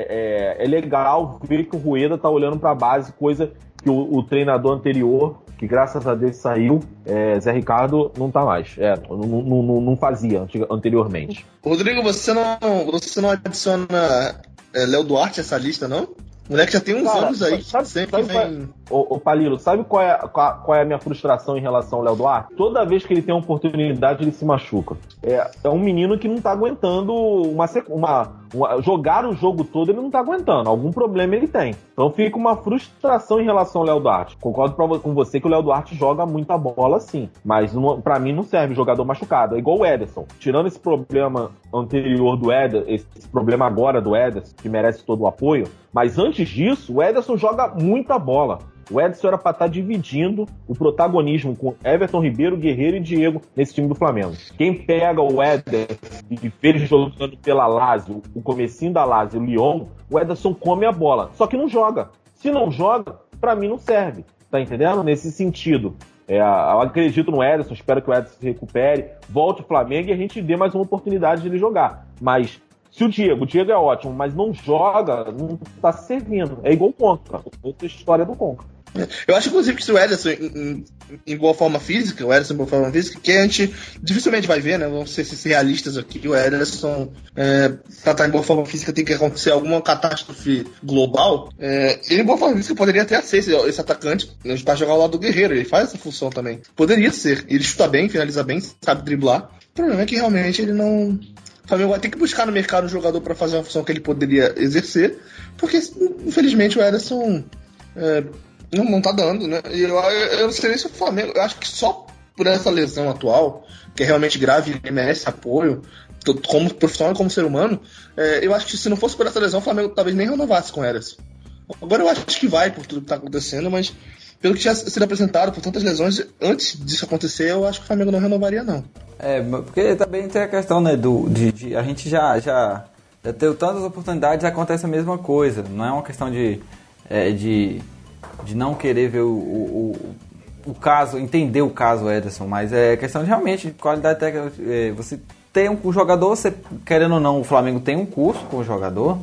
é, é, é legal ver que o Rueda tá olhando para a base, coisa que o, o treinador anterior, que graças a Deus saiu, é, Zé Ricardo, não tá mais. É, não, não, não, não fazia anteriormente. Rodrigo, você não, você não adiciona é, Léo Duarte a essa lista, não? O moleque já tem uns Cara, anos aí, sabe, sempre sabe vem... Ô, ô Palilo, sabe qual é, qual, qual é a minha frustração em relação ao Léo Duarte? Toda vez que ele tem uma oportunidade, ele se machuca. É, é um menino que não tá aguentando uma, uma, uma, jogar o jogo todo, ele não tá aguentando. Algum problema ele tem. Então fica uma frustração em relação ao Léo Duarte. Concordo pra, com você que o Léo Duarte joga muita bola, sim. Mas não, pra mim não serve jogador machucado. É igual o Ederson. Tirando esse problema anterior do Ederson, esse problema agora do Ederson, que merece todo o apoio, mas antes disso, o Ederson joga muita bola. O Ederson era para estar dividindo o protagonismo com Everton Ribeiro, Guerreiro e Diego nesse time do Flamengo. Quem pega o Ederson e vê ele jogando pela Lazio, o comecinho da Lazio, o Lyon, o Ederson come a bola. Só que não joga. Se não joga, para mim não serve. Tá entendendo? Nesse sentido. É, eu acredito no Ederson, espero que o Ederson se recupere, volte o Flamengo e a gente dê mais uma oportunidade de ele jogar. Mas se o Diego, o Diego é ótimo, mas não joga, não tá servindo. É igual o Conca, outra história do Conca. Eu acho, inclusive, que se o Ederson em, em, em boa forma física, o Ederson em boa forma física, que a gente dificilmente vai ver, né? Vamos ser, ser realistas aqui. O Ederson, é, pra estar em boa forma física, tem que acontecer alguma catástrofe global. É, ele em boa forma física poderia até ser esse, esse atacante para jogar ao lado do Guerreiro. Ele faz essa função também. Poderia ser. Ele chuta bem, finaliza bem, sabe driblar. O problema é que realmente ele não. O Flamengo vai ter que buscar no mercado um jogador para fazer uma função que ele poderia exercer, porque infelizmente o Ederson. É, Não, não tá dando, né? E eu, eu não sei nem se o Flamengo. Eu acho que só por essa lesão atual, que é realmente grave, ele merece apoio, como profissional e como ser humano. É, eu acho que se não fosse por essa lesão, o Flamengo talvez nem renovasse com o Ederson. Agora eu acho que vai por tudo que tá acontecendo, mas pelo que tinha sido apresentado, por tantas lesões, antes disso acontecer, eu acho que o Flamengo não renovaria, não. É, porque também tem a questão, né, do, de, de a gente já, já, já teve tantas oportunidades, acontece a mesma coisa. Não é uma questão de. É, de de não querer ver o, o, o, o caso, entender o caso Ederson, mas é questão de realmente de qualidade técnica. É, você tem um, um jogador, você, querendo ou não, o Flamengo tem um curso com o jogador,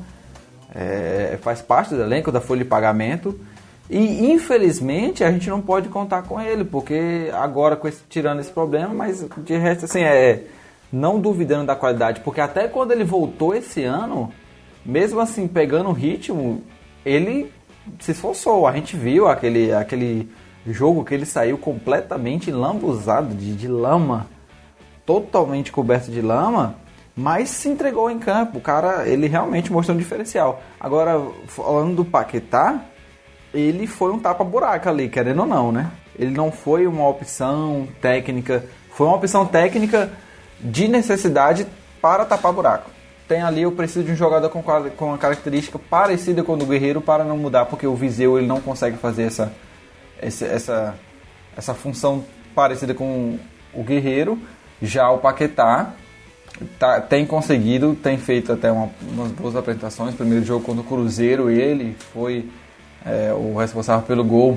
é, faz parte do elenco, da folha de pagamento, e infelizmente a gente não pode contar com ele, porque agora com esse, tirando esse problema, mas de resto assim, é, não duvidando da qualidade, porque até quando ele voltou esse ano, mesmo assim pegando o ritmo, ele se esforçou. A gente viu aquele, aquele jogo que ele saiu completamente lambuzado de, de lama, totalmente coberto de lama, mas se entregou em campo. O cara, ele realmente mostrou um diferencial. Agora, falando do Paquetá, ele foi um tapa-buraco ali, querendo ou não, né? Ele não foi uma opção técnica, foi uma opção técnica de necessidade para tapar buraco. Tem ali, eu preciso de um jogador com, com uma característica parecida com o do Guerreiro para não mudar, porque o Viseu ele não consegue fazer essa, essa, essa, essa função parecida com o Guerreiro. Já o Paquetá tá, tem conseguido, tem feito até uma, umas boas apresentações. Primeiro jogo contra o Cruzeiro, ele foi é, o responsável pelo gol.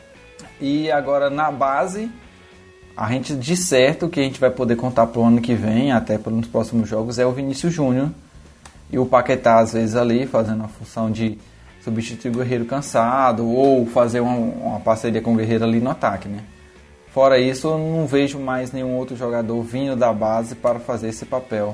E agora na base, a gente de certo que a gente vai poder contar para o ano que vem, até nos próximos jogos, é o Vinícius Júnior e o Paquetá, às vezes ali, fazendo a função de substituir o Guerreiro cansado ou fazer uma, uma parceria com o Guerreiro ali no ataque, né? Fora isso, eu não vejo mais nenhum outro jogador vindo da base para fazer esse papel.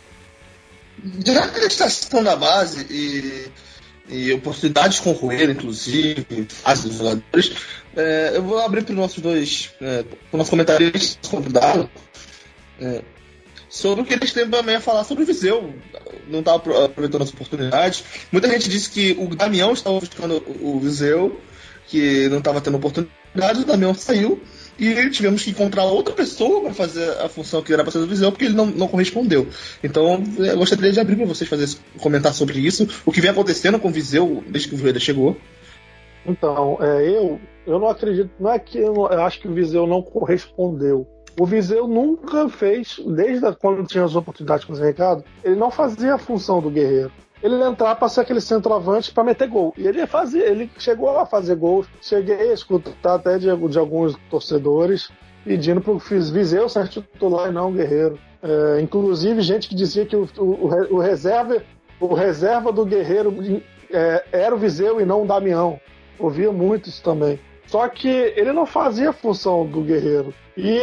Já que a gente está citando a base e, e oportunidades com o Rueda, inclusive, as dos jogadores, é, eu vou abrir para os nossos dois, é, para o nosso comentarista convidado, é, sobre o que eles têm também a falar sobre o Viseu. Não estava aproveitando as oportunidades. Muita gente disse que o Damião estava buscando o Viseu, que não estava tendo oportunidade, o Damião saiu e tivemos que encontrar outra pessoa para fazer a função que era para ser do Viseu, porque ele não, não correspondeu. Então, eu gostaria de abrir para vocês fazer, comentar sobre isso, o que vem acontecendo com o Viseu desde que o Rueda chegou. Então, é, eu, eu não acredito, não é que eu, não, eu acho que o Viseu não correspondeu. O Viseu nunca fez, desde quando tinha as oportunidades com o Zé Ricardo, ele não fazia a função do Guerreiro. Ele ia entrar para ser aquele centroavante para meter gol. E ele fazia, ele chegou a fazer gols. Cheguei a escutar até de, de alguns torcedores pedindo para o Viseu ser titular e não o Guerreiro. É, inclusive, gente que dizia que o, o, o, reserva, o reserva do Guerreiro é, era o Viseu e não o Damião. Ouvia muito isso também. Só que ele não fazia a função do Guerreiro. E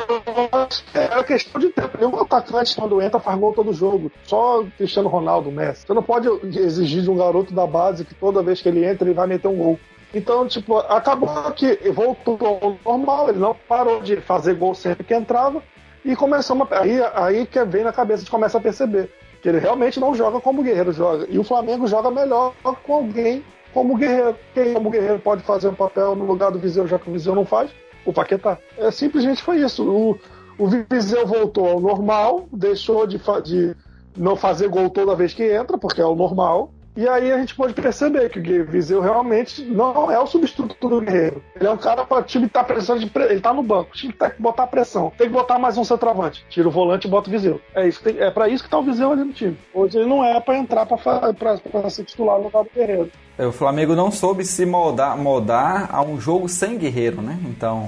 é questão de tempo. Nenhum atacante, quando entra, faz gol todo jogo. Só Cristiano Ronaldo, Messi. Você não pode exigir de um garoto da base que toda vez que ele entra, ele vai meter um gol. Então, tipo, acabou que voltou ao normal. Ele não parou de fazer gol sempre que entrava. E começamos a... Aí, aí que vem na cabeça, a gente começa a perceber que ele realmente não joga como o Guerreiro joga. E o Flamengo joga melhor com alguém como o Guerreiro. Quem como o Guerreiro pode fazer um papel no lugar do Viseu, já que o Viseu não faz? O Paquetá. É, simplesmente foi isso. O, o Viseu voltou ao normal, deixou de, fa- de não fazer gol toda vez que entra, porque é o normal. E aí a gente pode perceber que o Viseu realmente não é o substituto do Guerreiro. Ele é um cara para o time estar tá precisando de pre... ele tá no banco, o time tem que botar pressão, tem que botar mais um centroavante, tira o volante e bota o Viseu. É isso, tem... é para isso que tá o Viseu ali no time. Hoje ele não é para entrar para ser titular no lugar do Guerreiro. O Flamengo não soube se moldar, moldar a um jogo sem Guerreiro, né? Então,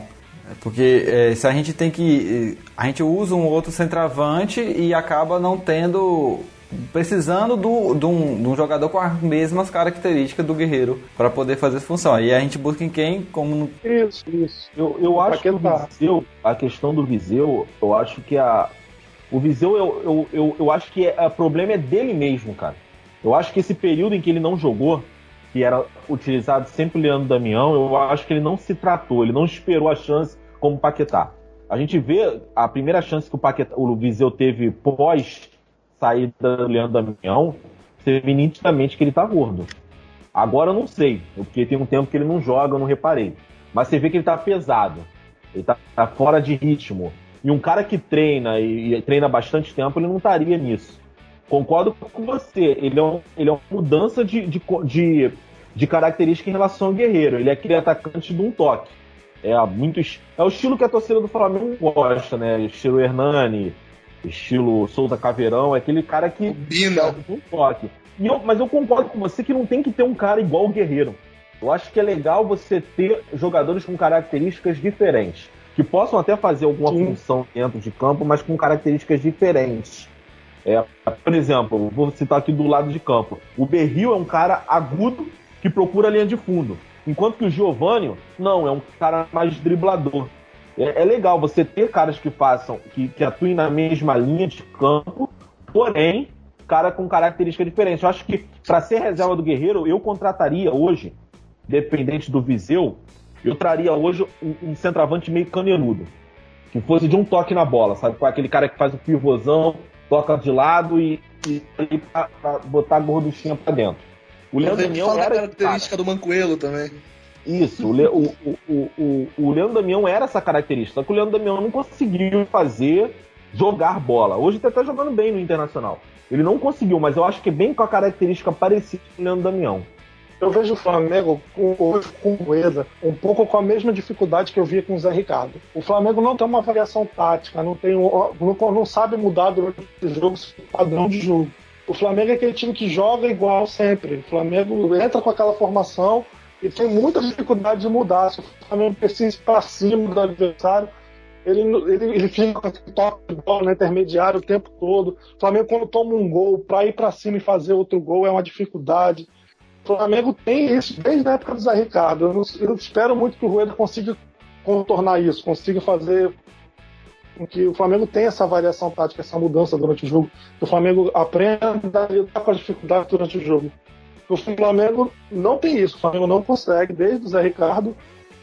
Porque é, se a gente tem que... A gente usa um outro centroavante e acaba não tendo... Precisando do, de, um, de um jogador com as mesmas características do Guerreiro para poder fazer essa função. E a gente busca em quem? Como no... Isso, isso. Eu, eu acho que o Viseu, a questão do Viseu, eu acho que a... O Viseu, eu, eu, eu, eu acho que o problema é dele mesmo, cara. Eu acho que esse período em que ele não jogou, que era utilizado sempre o Leandro Damião, eu acho que ele não se tratou, ele não esperou a chance como o Paquetá. A gente vê a primeira chance que o, Paquetá, o Viseu teve pós saída do Leandro Damião, você vê nitidamente que ele tá gordo. Agora eu não sei, porque tem um tempo que ele não joga, eu não reparei. Mas você vê que ele tá pesado, ele tá, tá fora de ritmo. E um cara que treina e, e treina bastante tempo, ele não estaria nisso. Concordo com você, ele é, um, ele é uma mudança de, de, de, de característica em relação ao Guerreiro. Ele é aquele atacante de um toque. É, muito, é o estilo que a torcida do Flamengo gosta, né? Estilo Hernani, estilo Souza Caveirão, é aquele cara que Bina. um toque. E eu, mas eu concordo com você que não tem que ter um cara igual o Guerreiro. Eu acho que é legal você ter jogadores com características diferentes, que possam até fazer alguma Sim. função dentro de campo, mas com características diferentes. É, por exemplo, vou citar aqui do lado de campo. O Berril é um cara agudo que procura a linha de fundo, enquanto que o Giovânio, não, é um cara mais driblador. É, é legal você ter caras que façam, que, que atuem na mesma linha de campo, porém, cara com características diferentes. Eu acho que para ser reserva do Guerreiro, eu contrataria hoje, dependente do Viseu, eu traria hoje um, um centroavante meio caneludo, que fosse de um toque na bola, sabe? Com aquele cara que faz o pivôzão, toca de lado e, e, e pra, pra botar a gorduchinha pra dentro. O Leandro Damião fala era a característica do Mancoelo também. Isso, o, Le, o, o, o, o Leandro Damião era essa característica, só que o Leandro Damião não conseguiu fazer jogar bola. Hoje ele tá jogando bem no Internacional. Ele não conseguiu, mas eu acho que é bem com a característica parecida com o Leandro Damião. Eu vejo o Flamengo hoje com o Rueda um pouco com a mesma dificuldade que eu via com o Zé Ricardo. O Flamengo não tem uma variação tática, não, tem, não, não sabe mudar durante o jogo o padrão de jogo. O Flamengo é aquele time que joga igual sempre. O Flamengo entra com aquela formação e tem muita dificuldade de mudar. Se o Flamengo precisa ir para cima do adversário, ele, ele, ele fica com aquele toque de bola no intermediário o tempo todo. O Flamengo, quando toma um gol, para ir para cima e fazer outro gol é uma dificuldade. O Flamengo tem isso desde a época do Zé Ricardo. Eu, não, eu espero muito que o Rueda consiga contornar isso, consiga fazer com que o Flamengo tenha essa variação tática, essa mudança durante o jogo, que o Flamengo aprenda a lidar com as dificuldades durante o jogo. O Flamengo não tem isso, o Flamengo não consegue, desde o Zé Ricardo,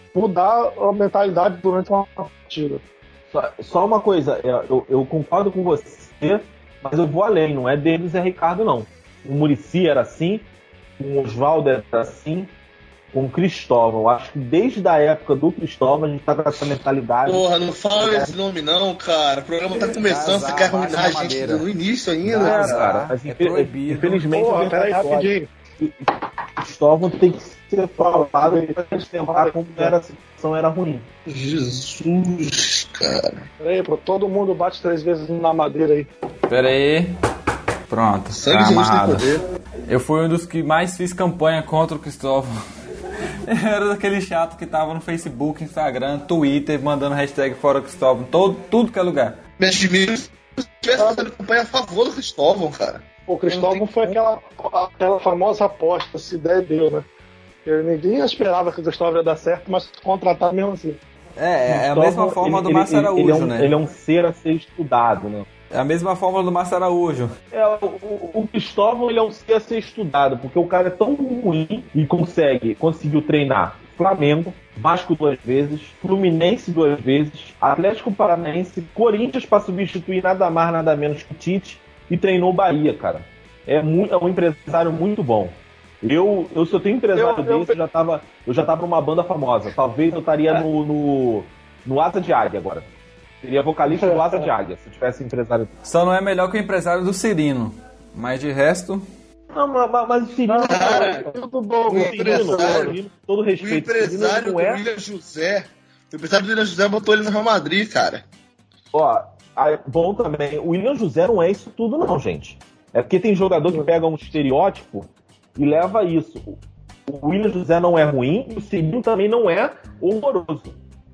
mudar a mentalidade durante uma partida. Só, só uma coisa, eu, eu concordo com você, mas eu vou além, não é desde o Zé Ricardo, não. O Muricy era assim, com o Oswaldo era assim, com o Cristóvão. Acho que desde a época do Cristóvão a gente tá com essa mentalidade. Porra, não fala esse nome não, cara. O programa tá começando, você quer arruinar a gente no início ainda, não, cara. cara. Mas, é proibido. Infelizmente, Porra, peraí, rapidinho. O Cristóvão tem que ser falado e pra gente lembrar como era, a situação era ruim. Jesus, cara. Peraí, pô, todo mundo bate três vezes na madeira aí. Pera aí. Pronto, Sangue tá de luz tem amarrado. poder. Eu fui um dos que mais fiz campanha contra o Cristóvão. Eu era daquele chato que tava no Facebook, Instagram, Twitter, mandando hashtag fora Cristóvão, todo, tudo que é lugar. Mexe de mim, se tivesse fazendo campanha a favor do Cristóvão, cara. O Cristóvão foi aquela, aquela famosa aposta, se der, deu, né? Porque ninguém esperava que o Cristóvão ia dar certo, mas contratar mesmo assim. É, é a mesma forma ele, do Márcio ele, Araújo, ele é um, né? Ele é um ser a ser estudado, né? É a mesma fórmula do Márcio Araújo. É, o, o Cristóvão ele é um ser a ser estudado, porque o cara é tão ruim e consegue, conseguiu treinar Flamengo, Vasco duas vezes, Fluminense duas vezes, Atlético Paranaense, Corinthians para substituir nada mais, nada menos que Tite, e treinou o Bahia, cara. É, muito, é um empresário muito bom. Eu, eu se eu tenho um empresário eu, desse, eu... eu já tava, eu já tava numa banda famosa. Talvez eu estaria no, no, no Asa de Águia agora. Seria vocalista do Asa de Águia, se eu tivesse empresário. Só não é melhor que o empresário do Cirino. Mas de resto... Não, mas, mas o Cirino... Ah, tudo bom, o empresário, todo respeito. O empresário do é... William José... O empresário do William José botou ele no Real Madrid, cara. Ó, bom também. O William José não é isso tudo não, gente. É porque tem jogador que pega um estereótipo e leva isso. O William José não é ruim e o Cirino também não é horroroso.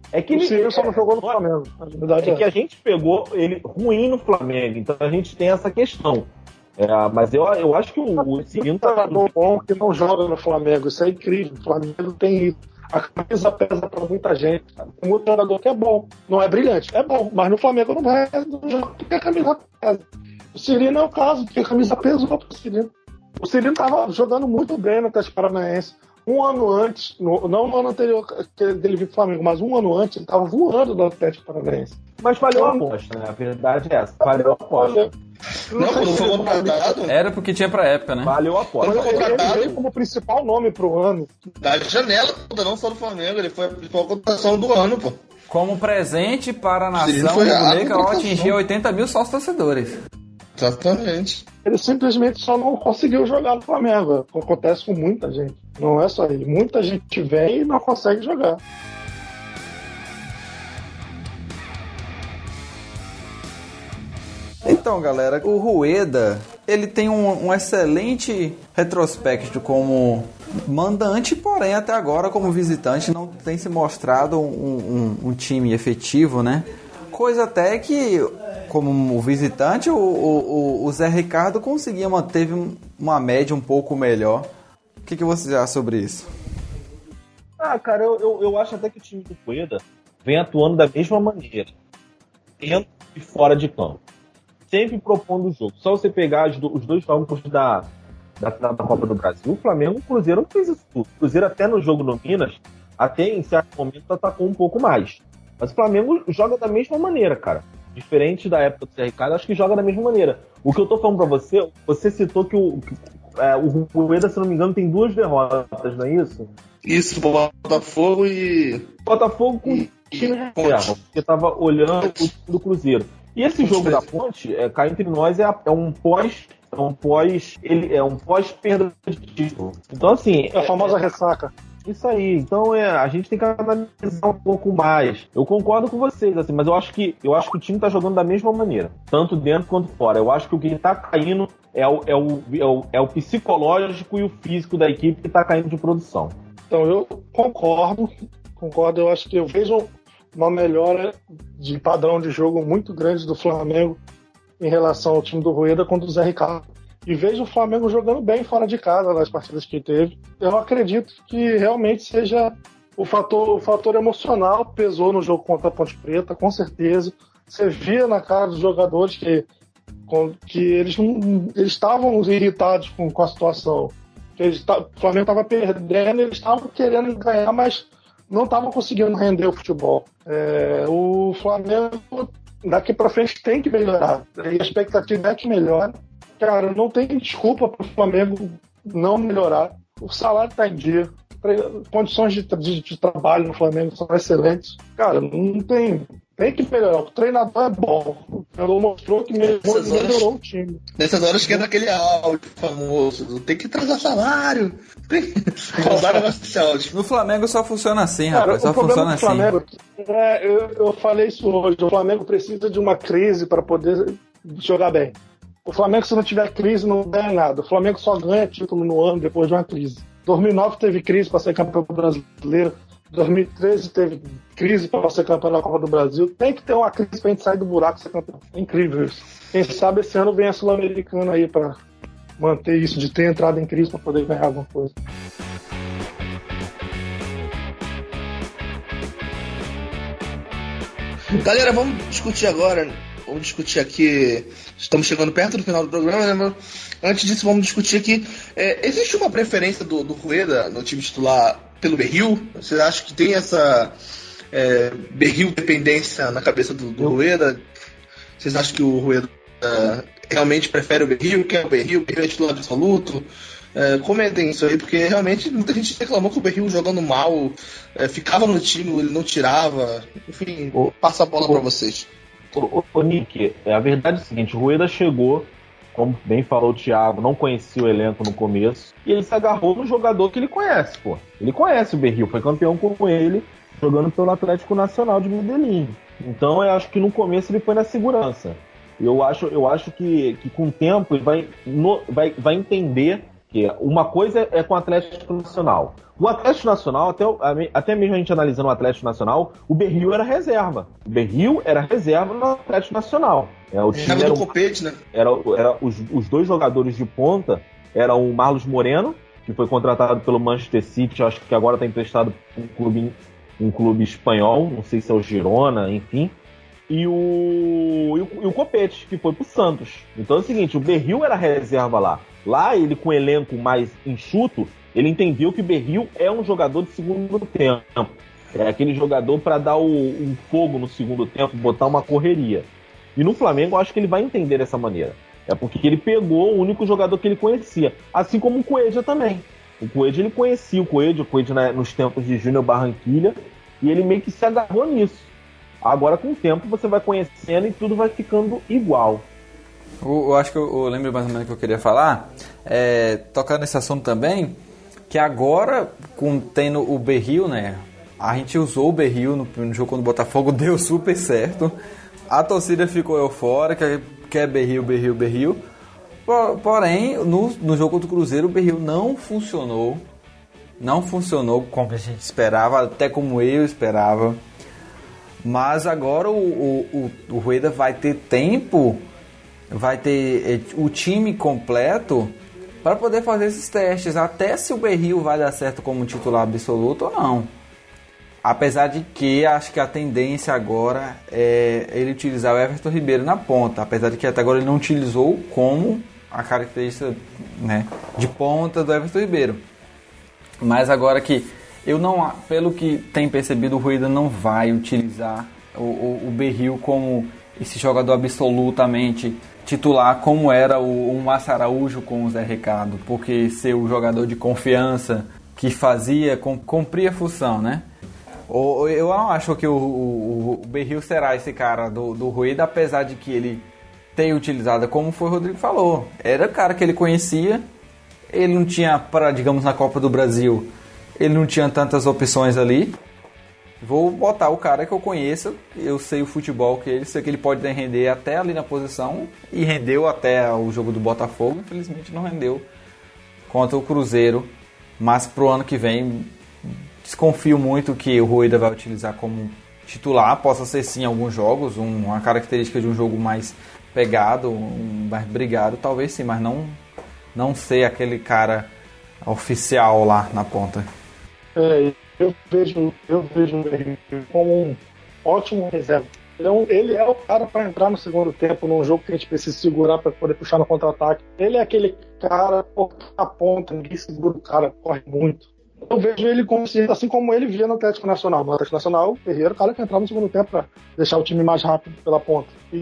É que O ele Cirino só não jogou no é, Flamengo. A verdade é é, que a gente pegou ele ruim no Flamengo, então a gente tem essa questão. É, mas eu, eu acho que o, o Cirino tá. jogador bom que não joga no Flamengo. Isso é incrível. O Flamengo tem isso. A camisa pesa pra muita gente. Cara. Tem muito jogador que é bom. Não é brilhante, é bom. Mas no Flamengo não vai não joga porque a camisa pesa. O Cirino é o caso, porque a camisa pesou pro Cirino. O Cirino tava jogando muito bem no Atlético Paranaense. Um ano antes, no, não no ano anterior que ele veio pro Flamengo, mas um ano antes, ele tava voando no Atlético Paranaense. Mas valeu a aposta, né? A verdade é essa. Valeu a aposta. Não, quando foi contratado, Era porque tinha pra época, né? Valeu a aposta. Quando foi Ele contratado, veio como principal nome pro ano. da janela toda, não só do Flamengo, ele foi a principal contratação do ano, pô. Como presente para a Cirino nação foi a rubro-negra ao contratação. atingir oitenta mil sócios torcedores. Exatamente. Ele simplesmente só não conseguiu jogar no Flamengo. Acontece com muita gente. Não é só ele. Muita gente vem e não consegue jogar. Então, galera, o Rueda, ele tem um, um excelente retrospecto como mandante, porém até agora como visitante não tem se mostrado um, um, um time efetivo, né? Coisa até que, como visitante, o, o, o Zé Ricardo conseguia manter uma média um pouco melhor. O que, que você acha sobre isso? Ah, cara, eu, eu, eu acho até que o time do Rueda vem atuando da mesma maneira, dentro e fora de campo. Sempre propondo o jogo. Só você pegar os, do, os dois jogos da, da, da Copa do Brasil, o Flamengo e o Cruzeiro não fez isso tudo. O Cruzeiro até no jogo no Minas, até em certo momento atacou um pouco mais. Mas o Flamengo joga da mesma maneira, cara. Diferente da época do Zé Ricardo, acho que joga da mesma maneira. O que eu tô falando pra você, você citou que o, que, é, o Rueda, se não me engano, tem duas derrotas, não é isso? Isso, Botafogo e... Botafogo com time reserva, porque tava olhando o time do Cruzeiro. E esse jogo da Ponte, é, cá entre nós, é, a, é um pós, é um pós, ele é um pós perda de título. Então assim, É a famosa ressaca. isso aí. Então é, a gente tem que analisar um pouco mais. Eu concordo com vocês, assim, mas eu acho que eu acho que o time tá jogando da mesma maneira, tanto dentro quanto fora. Eu acho que o que tá caindo é o, é o, é o, é o psicológico e o físico da equipe que tá caindo de produção. Então eu concordo, concordo. Eu acho que eu vejo uma melhora de padrão de jogo muito grande do Flamengo em relação ao time do Rueda contra o Zé Ricardo. E vejo o Flamengo jogando bem fora de casa nas partidas que teve. Eu acredito que realmente seja o fator, o fator emocional pesou no jogo contra a Ponte Preta, com certeza. Você via na cara dos jogadores que, que eles eles estavam irritados com, com a situação. Eles, o Flamengo estava perdendo, eles estavam querendo ganhar, mas não estavam conseguindo render o futebol. É, o Flamengo daqui para frente tem que melhorar. E a expectativa é que melhore. Cara, não tem desculpa para o Flamengo não melhorar. O salário está em dia. Condições de, de, de trabalho no Flamengo são excelentes. Cara, não tem. Tem que melhorar. O treinador é bom. O treinador mostrou que melhorou, melhorou o time. Nessas horas que entra aquele áudio famoso. Tem que trazer salário. Tem que rodar esse áudio. No Flamengo só funciona assim, Cara, rapaz. Só o problema funciona do Flamengo, assim. é, eu, eu falei isso hoje. O Flamengo precisa de uma crise para poder jogar bem. O Flamengo, se não tiver crise, não ganha nada. O Flamengo só ganha título no ano depois de uma crise. dois mil e nove teve crise para ser campeão brasileiro. dois mil e treze teve crise para ser campeão da Copa do Brasil. Tem que ter uma crise para a gente sair do buraco e ser campeão. É incrível isso. Quem sabe esse ano vem a Sul-Americana aí para manter isso, de ter entrado em crise para poder ganhar alguma coisa. Galera, vamos discutir agora. Vamos discutir aqui. Estamos chegando perto do final do programa, né? Antes disso, vamos discutir aqui. É, existe uma preferência do, do Rueda no time titular pelo Berril? Vocês acham que tem essa é, Berril dependência na cabeça do, do Rueda? Vocês acham que o Rueda é, realmente prefere o Berril? Quem é o Berril? O Berril é titular absoluto? É, comentem isso aí, porque realmente muita gente reclamou que o Berril jogando mal, é, ficava no time, ele não tirava. Enfim, o, passa a bola o, para vocês. Ô, ô Nick, a verdade é o seguinte, o Rueda chegou, como bem falou o Thiago, não conhecia o elenco no começo, e ele se agarrou no jogador que ele conhece, pô. Ele conhece o Berril, foi campeão com ele, jogando pelo Atlético Nacional de Medellín. Então eu acho que no começo ele foi na segurança. Eu acho, eu acho que, que com o tempo ele vai, no, vai, vai entender Porque uma coisa é com o Atlético Nacional. O Atlético Nacional, até, até mesmo a gente analisando o Atlético Nacional, o Berril era reserva. O Berril era reserva no Atlético Nacional. É, o time era, do Copete, né? Era, era os, os dois jogadores de ponta, era o Marlos Moreno, que foi contratado pelo Manchester City, acho que agora está emprestado para um clube, um clube espanhol, não sei se é o Girona, enfim. E o, e o, e o Copete, que foi pro Santos. Então é o seguinte, o Berril era reserva lá. Lá, ele com o elenco mais enxuto, ele entendeu que o Berril é um jogador de segundo tempo. É aquele jogador para dar o, um fogo no segundo tempo, botar uma correria. E no Flamengo, eu acho que ele vai entender dessa maneira. É porque ele pegou o único jogador que ele conhecia. Assim como o Coelho também. O Coelho, ele conhecia o Coelho, o Coelho né, nos tempos de Júnior Barranquilla, e ele meio que se agarrou nisso. Agora, com o tempo, você vai conhecendo e tudo vai ficando igual. Eu, eu acho que eu, eu lembro mais ou menos o que eu queria falar. É, tocando nesse assunto também, que agora, com, tendo o Berril, né? A gente usou o Berril no, no jogo contra o Botafogo, deu super certo. A torcida ficou eufórica, quer Berril, Berril, Berril. Porém, no, no jogo contra o Cruzeiro, o Berril não funcionou. Não funcionou como a gente esperava, até como eu esperava. Mas agora o, o, o, o Rueda vai ter tempo, vai ter o time completo para poder fazer esses testes, até se o Berril vai dar certo como titular absoluto ou não. Apesar de que acho que a tendência agora é ele utilizar o Everton Ribeiro na ponta, apesar de que até agora ele não utilizou como a característica, né, de ponta do Everton Ribeiro. Mas agora que eu não, pelo que tem percebido, o Rueda não vai utilizar o, o, o Berril como esse jogador absolutamente titular, como era o, o Márcio Araújo com o Zé Ricardo, porque ser o jogador de confiança que fazia, com, cumpria a função, né? Ou, eu não acho que o, o, o Berril será esse cara do, do Rueda, apesar de que ele tenha utilizado, como foi o Rodrigo falou, era o cara que ele conhecia, ele não tinha, para, digamos, na Copa do Brasil, ele não tinha tantas opções ali. Vou botar o cara que eu conheço, eu sei o futebol que ele, sei que ele pode render até ali na posição, e rendeu até o jogo do Botafogo, infelizmente não rendeu contra o Cruzeiro, mas pro ano que vem desconfio muito que o Rueda vai utilizar como titular, possa ser sim em alguns jogos, um, uma característica de um jogo mais pegado, um, mais brigado, talvez sim, mas não, não ser aquele cara oficial lá na ponta. É, eu vejo, eu vejo ele como um ótimo reserva. Ele é, um, ele é o cara para entrar no segundo tempo num jogo que a gente precisa segurar para poder puxar no contra-ataque. Ele é aquele cara na ponta, ninguém segura o cara, corre muito. Eu vejo ele consciente, assim como ele via no Atlético Nacional. No Atlético Nacional, o Berril era o cara que entrava no segundo tempo para deixar o time mais rápido pela ponta. E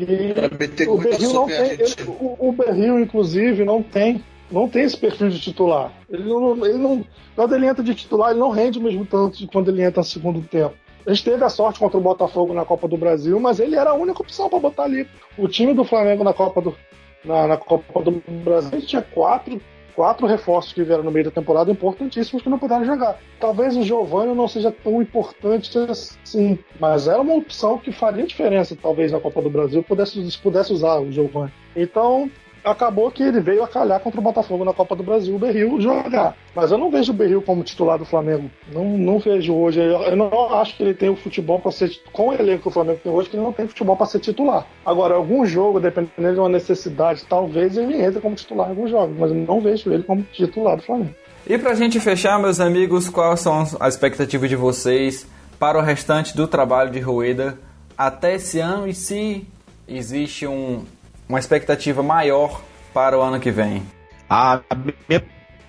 o Berril não tem, ele, o, o Berril, inclusive, não tem não tem esse perfil de titular. Ele não, ele não, quando ele entra de titular, ele não rende o mesmo tanto de quando ele entra no segundo tempo. A gente teve a sorte contra o Botafogo na Copa do Brasil, mas ele era a única opção para botar ali. O time do Flamengo na Copa do, na, na Copa do Brasil tinha quatro, quatro reforços que vieram no meio da temporada importantíssimos que não puderam jogar. Talvez o Giovani não seja tão importante assim, mas era uma opção que faria diferença, talvez, na Copa do Brasil, pudesse, pudesse usar o Giovani. Então, acabou que ele veio a calhar contra o Botafogo na Copa do Brasil, o Berril jogar. Mas eu não vejo o Berril como titular do Flamengo. Não, não vejo hoje. Eu não acho que ele tem o futebol para ser... Com o elenco que o Flamengo tem hoje, que ele não tem futebol para ser titular. Agora, algum jogo, dependendo de uma necessidade, talvez ele entre como titular em alguns jogos. Mas eu não vejo ele como titular do Flamengo. E pra gente fechar, meus amigos, quais são as expectativas de vocês para o restante do trabalho de Rueda até esse ano? E se existe um... uma expectativa maior para o ano que vem? A minha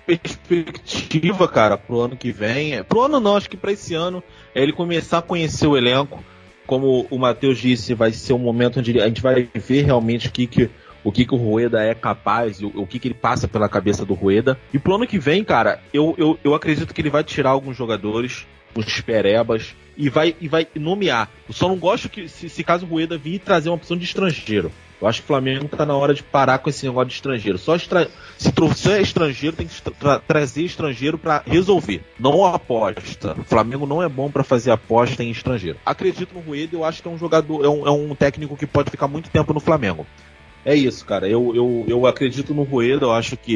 perspectiva, cara, pro ano que vem, é... pro ano não, acho que para esse ano, é ele começar a conhecer o elenco. Como o Matheus disse, vai ser um momento onde a gente vai ver realmente o que, que, o, que, que o Rueda é capaz, o, o que, que ele passa pela cabeça do Rueda. E pro ano que vem, cara, eu, eu, eu acredito que ele vai tirar alguns jogadores, os perebas, e vai, e vai nomear. Eu só não gosto que, se, se caso o Rueda vir trazer uma opção de estrangeiro. Eu acho que o Flamengo tá na hora de parar com esse negócio de estrangeiro. Só estra... Se trouxer estrangeiro, tem que tra- trazer estrangeiro para resolver. Não aposta. O Flamengo não é bom para fazer aposta em estrangeiro. Acredito no Rueda, eu acho que é um jogador, é um, é um técnico que pode ficar muito tempo no Flamengo. É isso, cara. Eu, eu, eu acredito no Rueda, eu acho que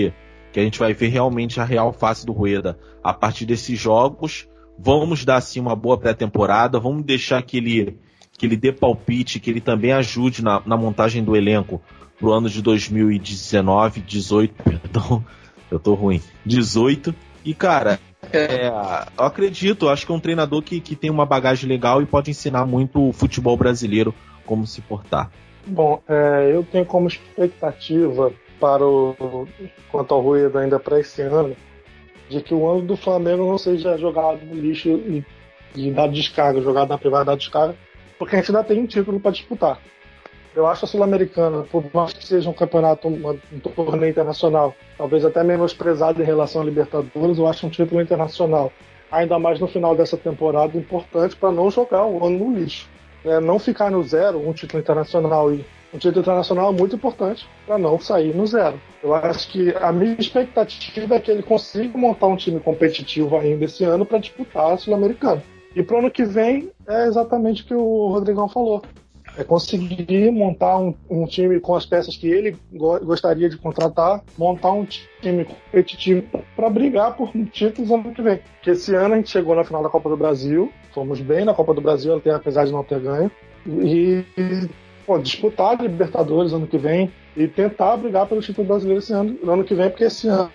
que a gente vai ver realmente a real face do Rueda a partir desses jogos. Vamos dar assim uma boa pré-temporada, vamos deixar que ele, que ele dê palpite, que ele também ajude na, na montagem do elenco pro ano de dois mil e dezenove, dezoito, perdão, eu tô ruim, dezoito, e cara, é, eu acredito, acho que é um treinador que, que tem uma bagagem legal e pode ensinar muito o futebol brasileiro como se portar. Bom, é, eu tenho como expectativa para o quanto ao Rueda ainda para esse ano, de que o ano do Flamengo não seja jogado no lixo e, e dado descarga, jogado na privada, dado descarga, porque a gente ainda tem um título para disputar. Eu acho a Sul-Americana, por mais que seja um campeonato, um, um torneio internacional, talvez até menosprezado em relação à Libertadores, eu acho um título internacional, ainda mais no final dessa temporada, importante para não jogar o ano no lixo. É, não ficar no zero, um título internacional, e um título internacional é muito importante para não sair no zero. Eu acho que a minha expectativa é que ele consiga montar um time competitivo ainda esse ano para disputar a Sul-Americana. E para o ano que vem é exatamente o que o Rodrigão falou. É conseguir montar um, um time com as peças que ele go- gostaria de contratar, montar um time competitivo para brigar por títulos ano que vem. Porque esse ano a gente chegou na final da Copa do Brasil, fomos bem na Copa do Brasil, até apesar de não ter ganho, e pô, disputar a Libertadores ano que vem e tentar brigar pelo título brasileiro esse ano, ano que vem, porque esse ano,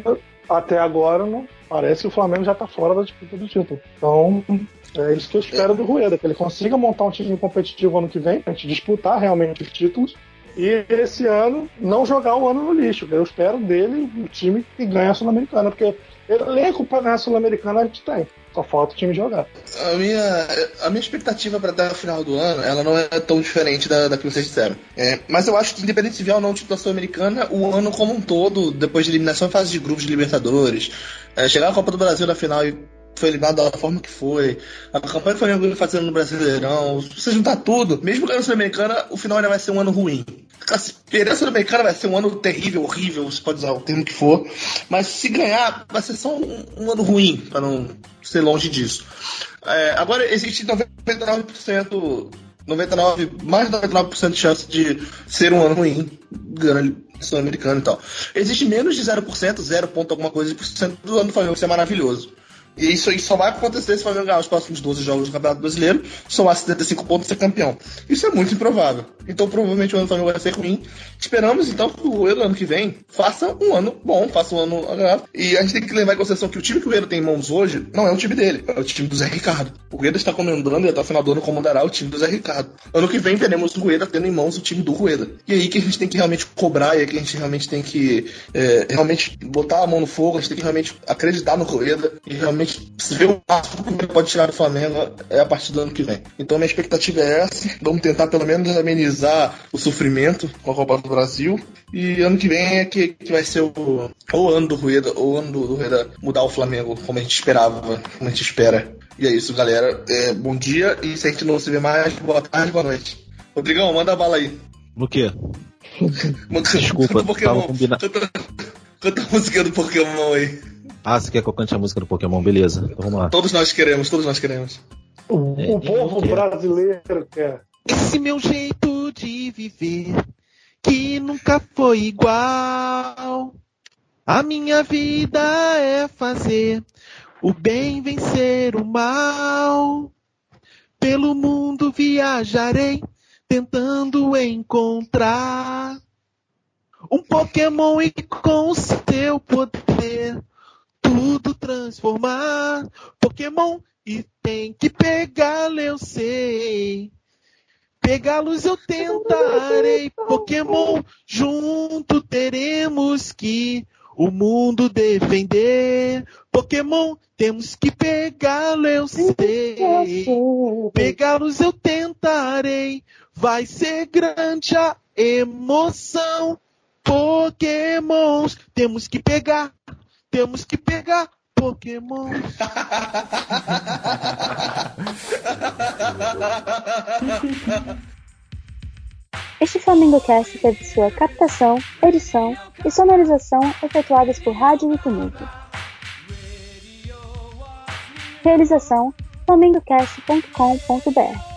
até agora, não, parece que o Flamengo já está fora da disputa do título. Então, é isso que eu espero do Rueda, que ele consiga montar um time competitivo ano que vem, pra gente disputar realmente os títulos, e esse ano não jogar o ano no lixo. Eu espero dele um time que ganha a Sul-Americana, porque elenco para ganhar a Sul-Americana a gente tem. Só falta o time jogar. A minha, a minha expectativa para até o final do ano, ela não é tão diferente da, da que vocês disseram. É, mas eu acho que, independente se vier ou não o título da Sul-Americana, o ano como um todo, depois de eliminação em fase de grupos de Libertadores, é, chegar à Copa do Brasil na final e foi eliminado da forma que foi, a campanha que o Flamengo fazendo no Brasileirão, se você juntar tudo, mesmo ganhando a Sul-Americana, o final ainda vai ser um ano ruim. Se perder a Sul-Americana vai ser um ano terrível, horrível, você pode usar o termo que for, mas se ganhar, vai ser só um, um ano ruim, para não ser longe disso. É, agora, existe noventa e nove por cento, noventa e nove, mais de noventa e nove por cento de chance de ser um ano ruim, ganhando Sul-Americano e tal. Existe menos de zero por cento, zero ponto alguma coisa por cento do ano do Flamengo, que é maravilhoso. E isso aí só vai acontecer se o Flamengo ganhar os próximos doze jogos do Campeonato Brasileiro, somar setenta e cinco pontos e ser campeão. Isso é muito improvável. Então provavelmente o ano do Flamengo vai ser ruim. Esperamos então que o Rueda ano que vem faça um ano bom, faça um ano agradável. E a gente tem que levar em consideração que o time que o Rueda tem em mãos hoje não é o time dele, é o time do Zé Ricardo. O Rueda está comandando e até o final do ano comandará o time do Zé Ricardo. Ano que vem teremos o Rueda tendo em mãos o time do Rueda. E aí que a gente tem que realmente cobrar, e aí que a gente realmente tem que é, realmente botar a mão no fogo, a gente tem que realmente acreditar no Rueda e realmente se ver o máximo que ele pode tirar do Flamengo é a partir do ano que vem. Então minha expectativa é essa. Vamos tentar pelo menos amenizar o sofrimento com a Copa do Brasil. E ano que vem é que, que vai ser o, o ano do Rueda, ou o ano do, do Rueda mudar o Flamengo como a gente esperava, como a gente espera. E é isso, galera. É, bom dia, e se a gente não se vê mais, boa tarde, boa noite. Rodrigão, manda a bala aí. No quê? Desculpa, tava combinado. Canta, canta a música do Pokémon aí. Ah, você quer que eu cante a música do Pokémon? Beleza, então vamos lá. Todos nós queremos, todos nós queremos. O, É, o povo quer. brasileiro quer. Esse meu jeito de viver, que nunca foi igual. A minha vida é fazer o bem vencer o mal. Pelo mundo viajarei, tentando encontrar um Pokémon e com o seu poder tudo transformar. Pokémon e tem que pegá-lo, eu sei. Pegá-los eu tentarei. Pokémon, junto teremos que o mundo defender. Pokémon, temos que pegá-lo, eu sei. Pegá-los eu tentarei. Vai ser grande a emoção. Pokémons, temos que pegar. Temos que pegar Pokémon. Este FlamengoCast teve sua captação, edição e sonorização efetuadas por Rádio Wikimedia. Realização flamengo cast ponto com ponto b r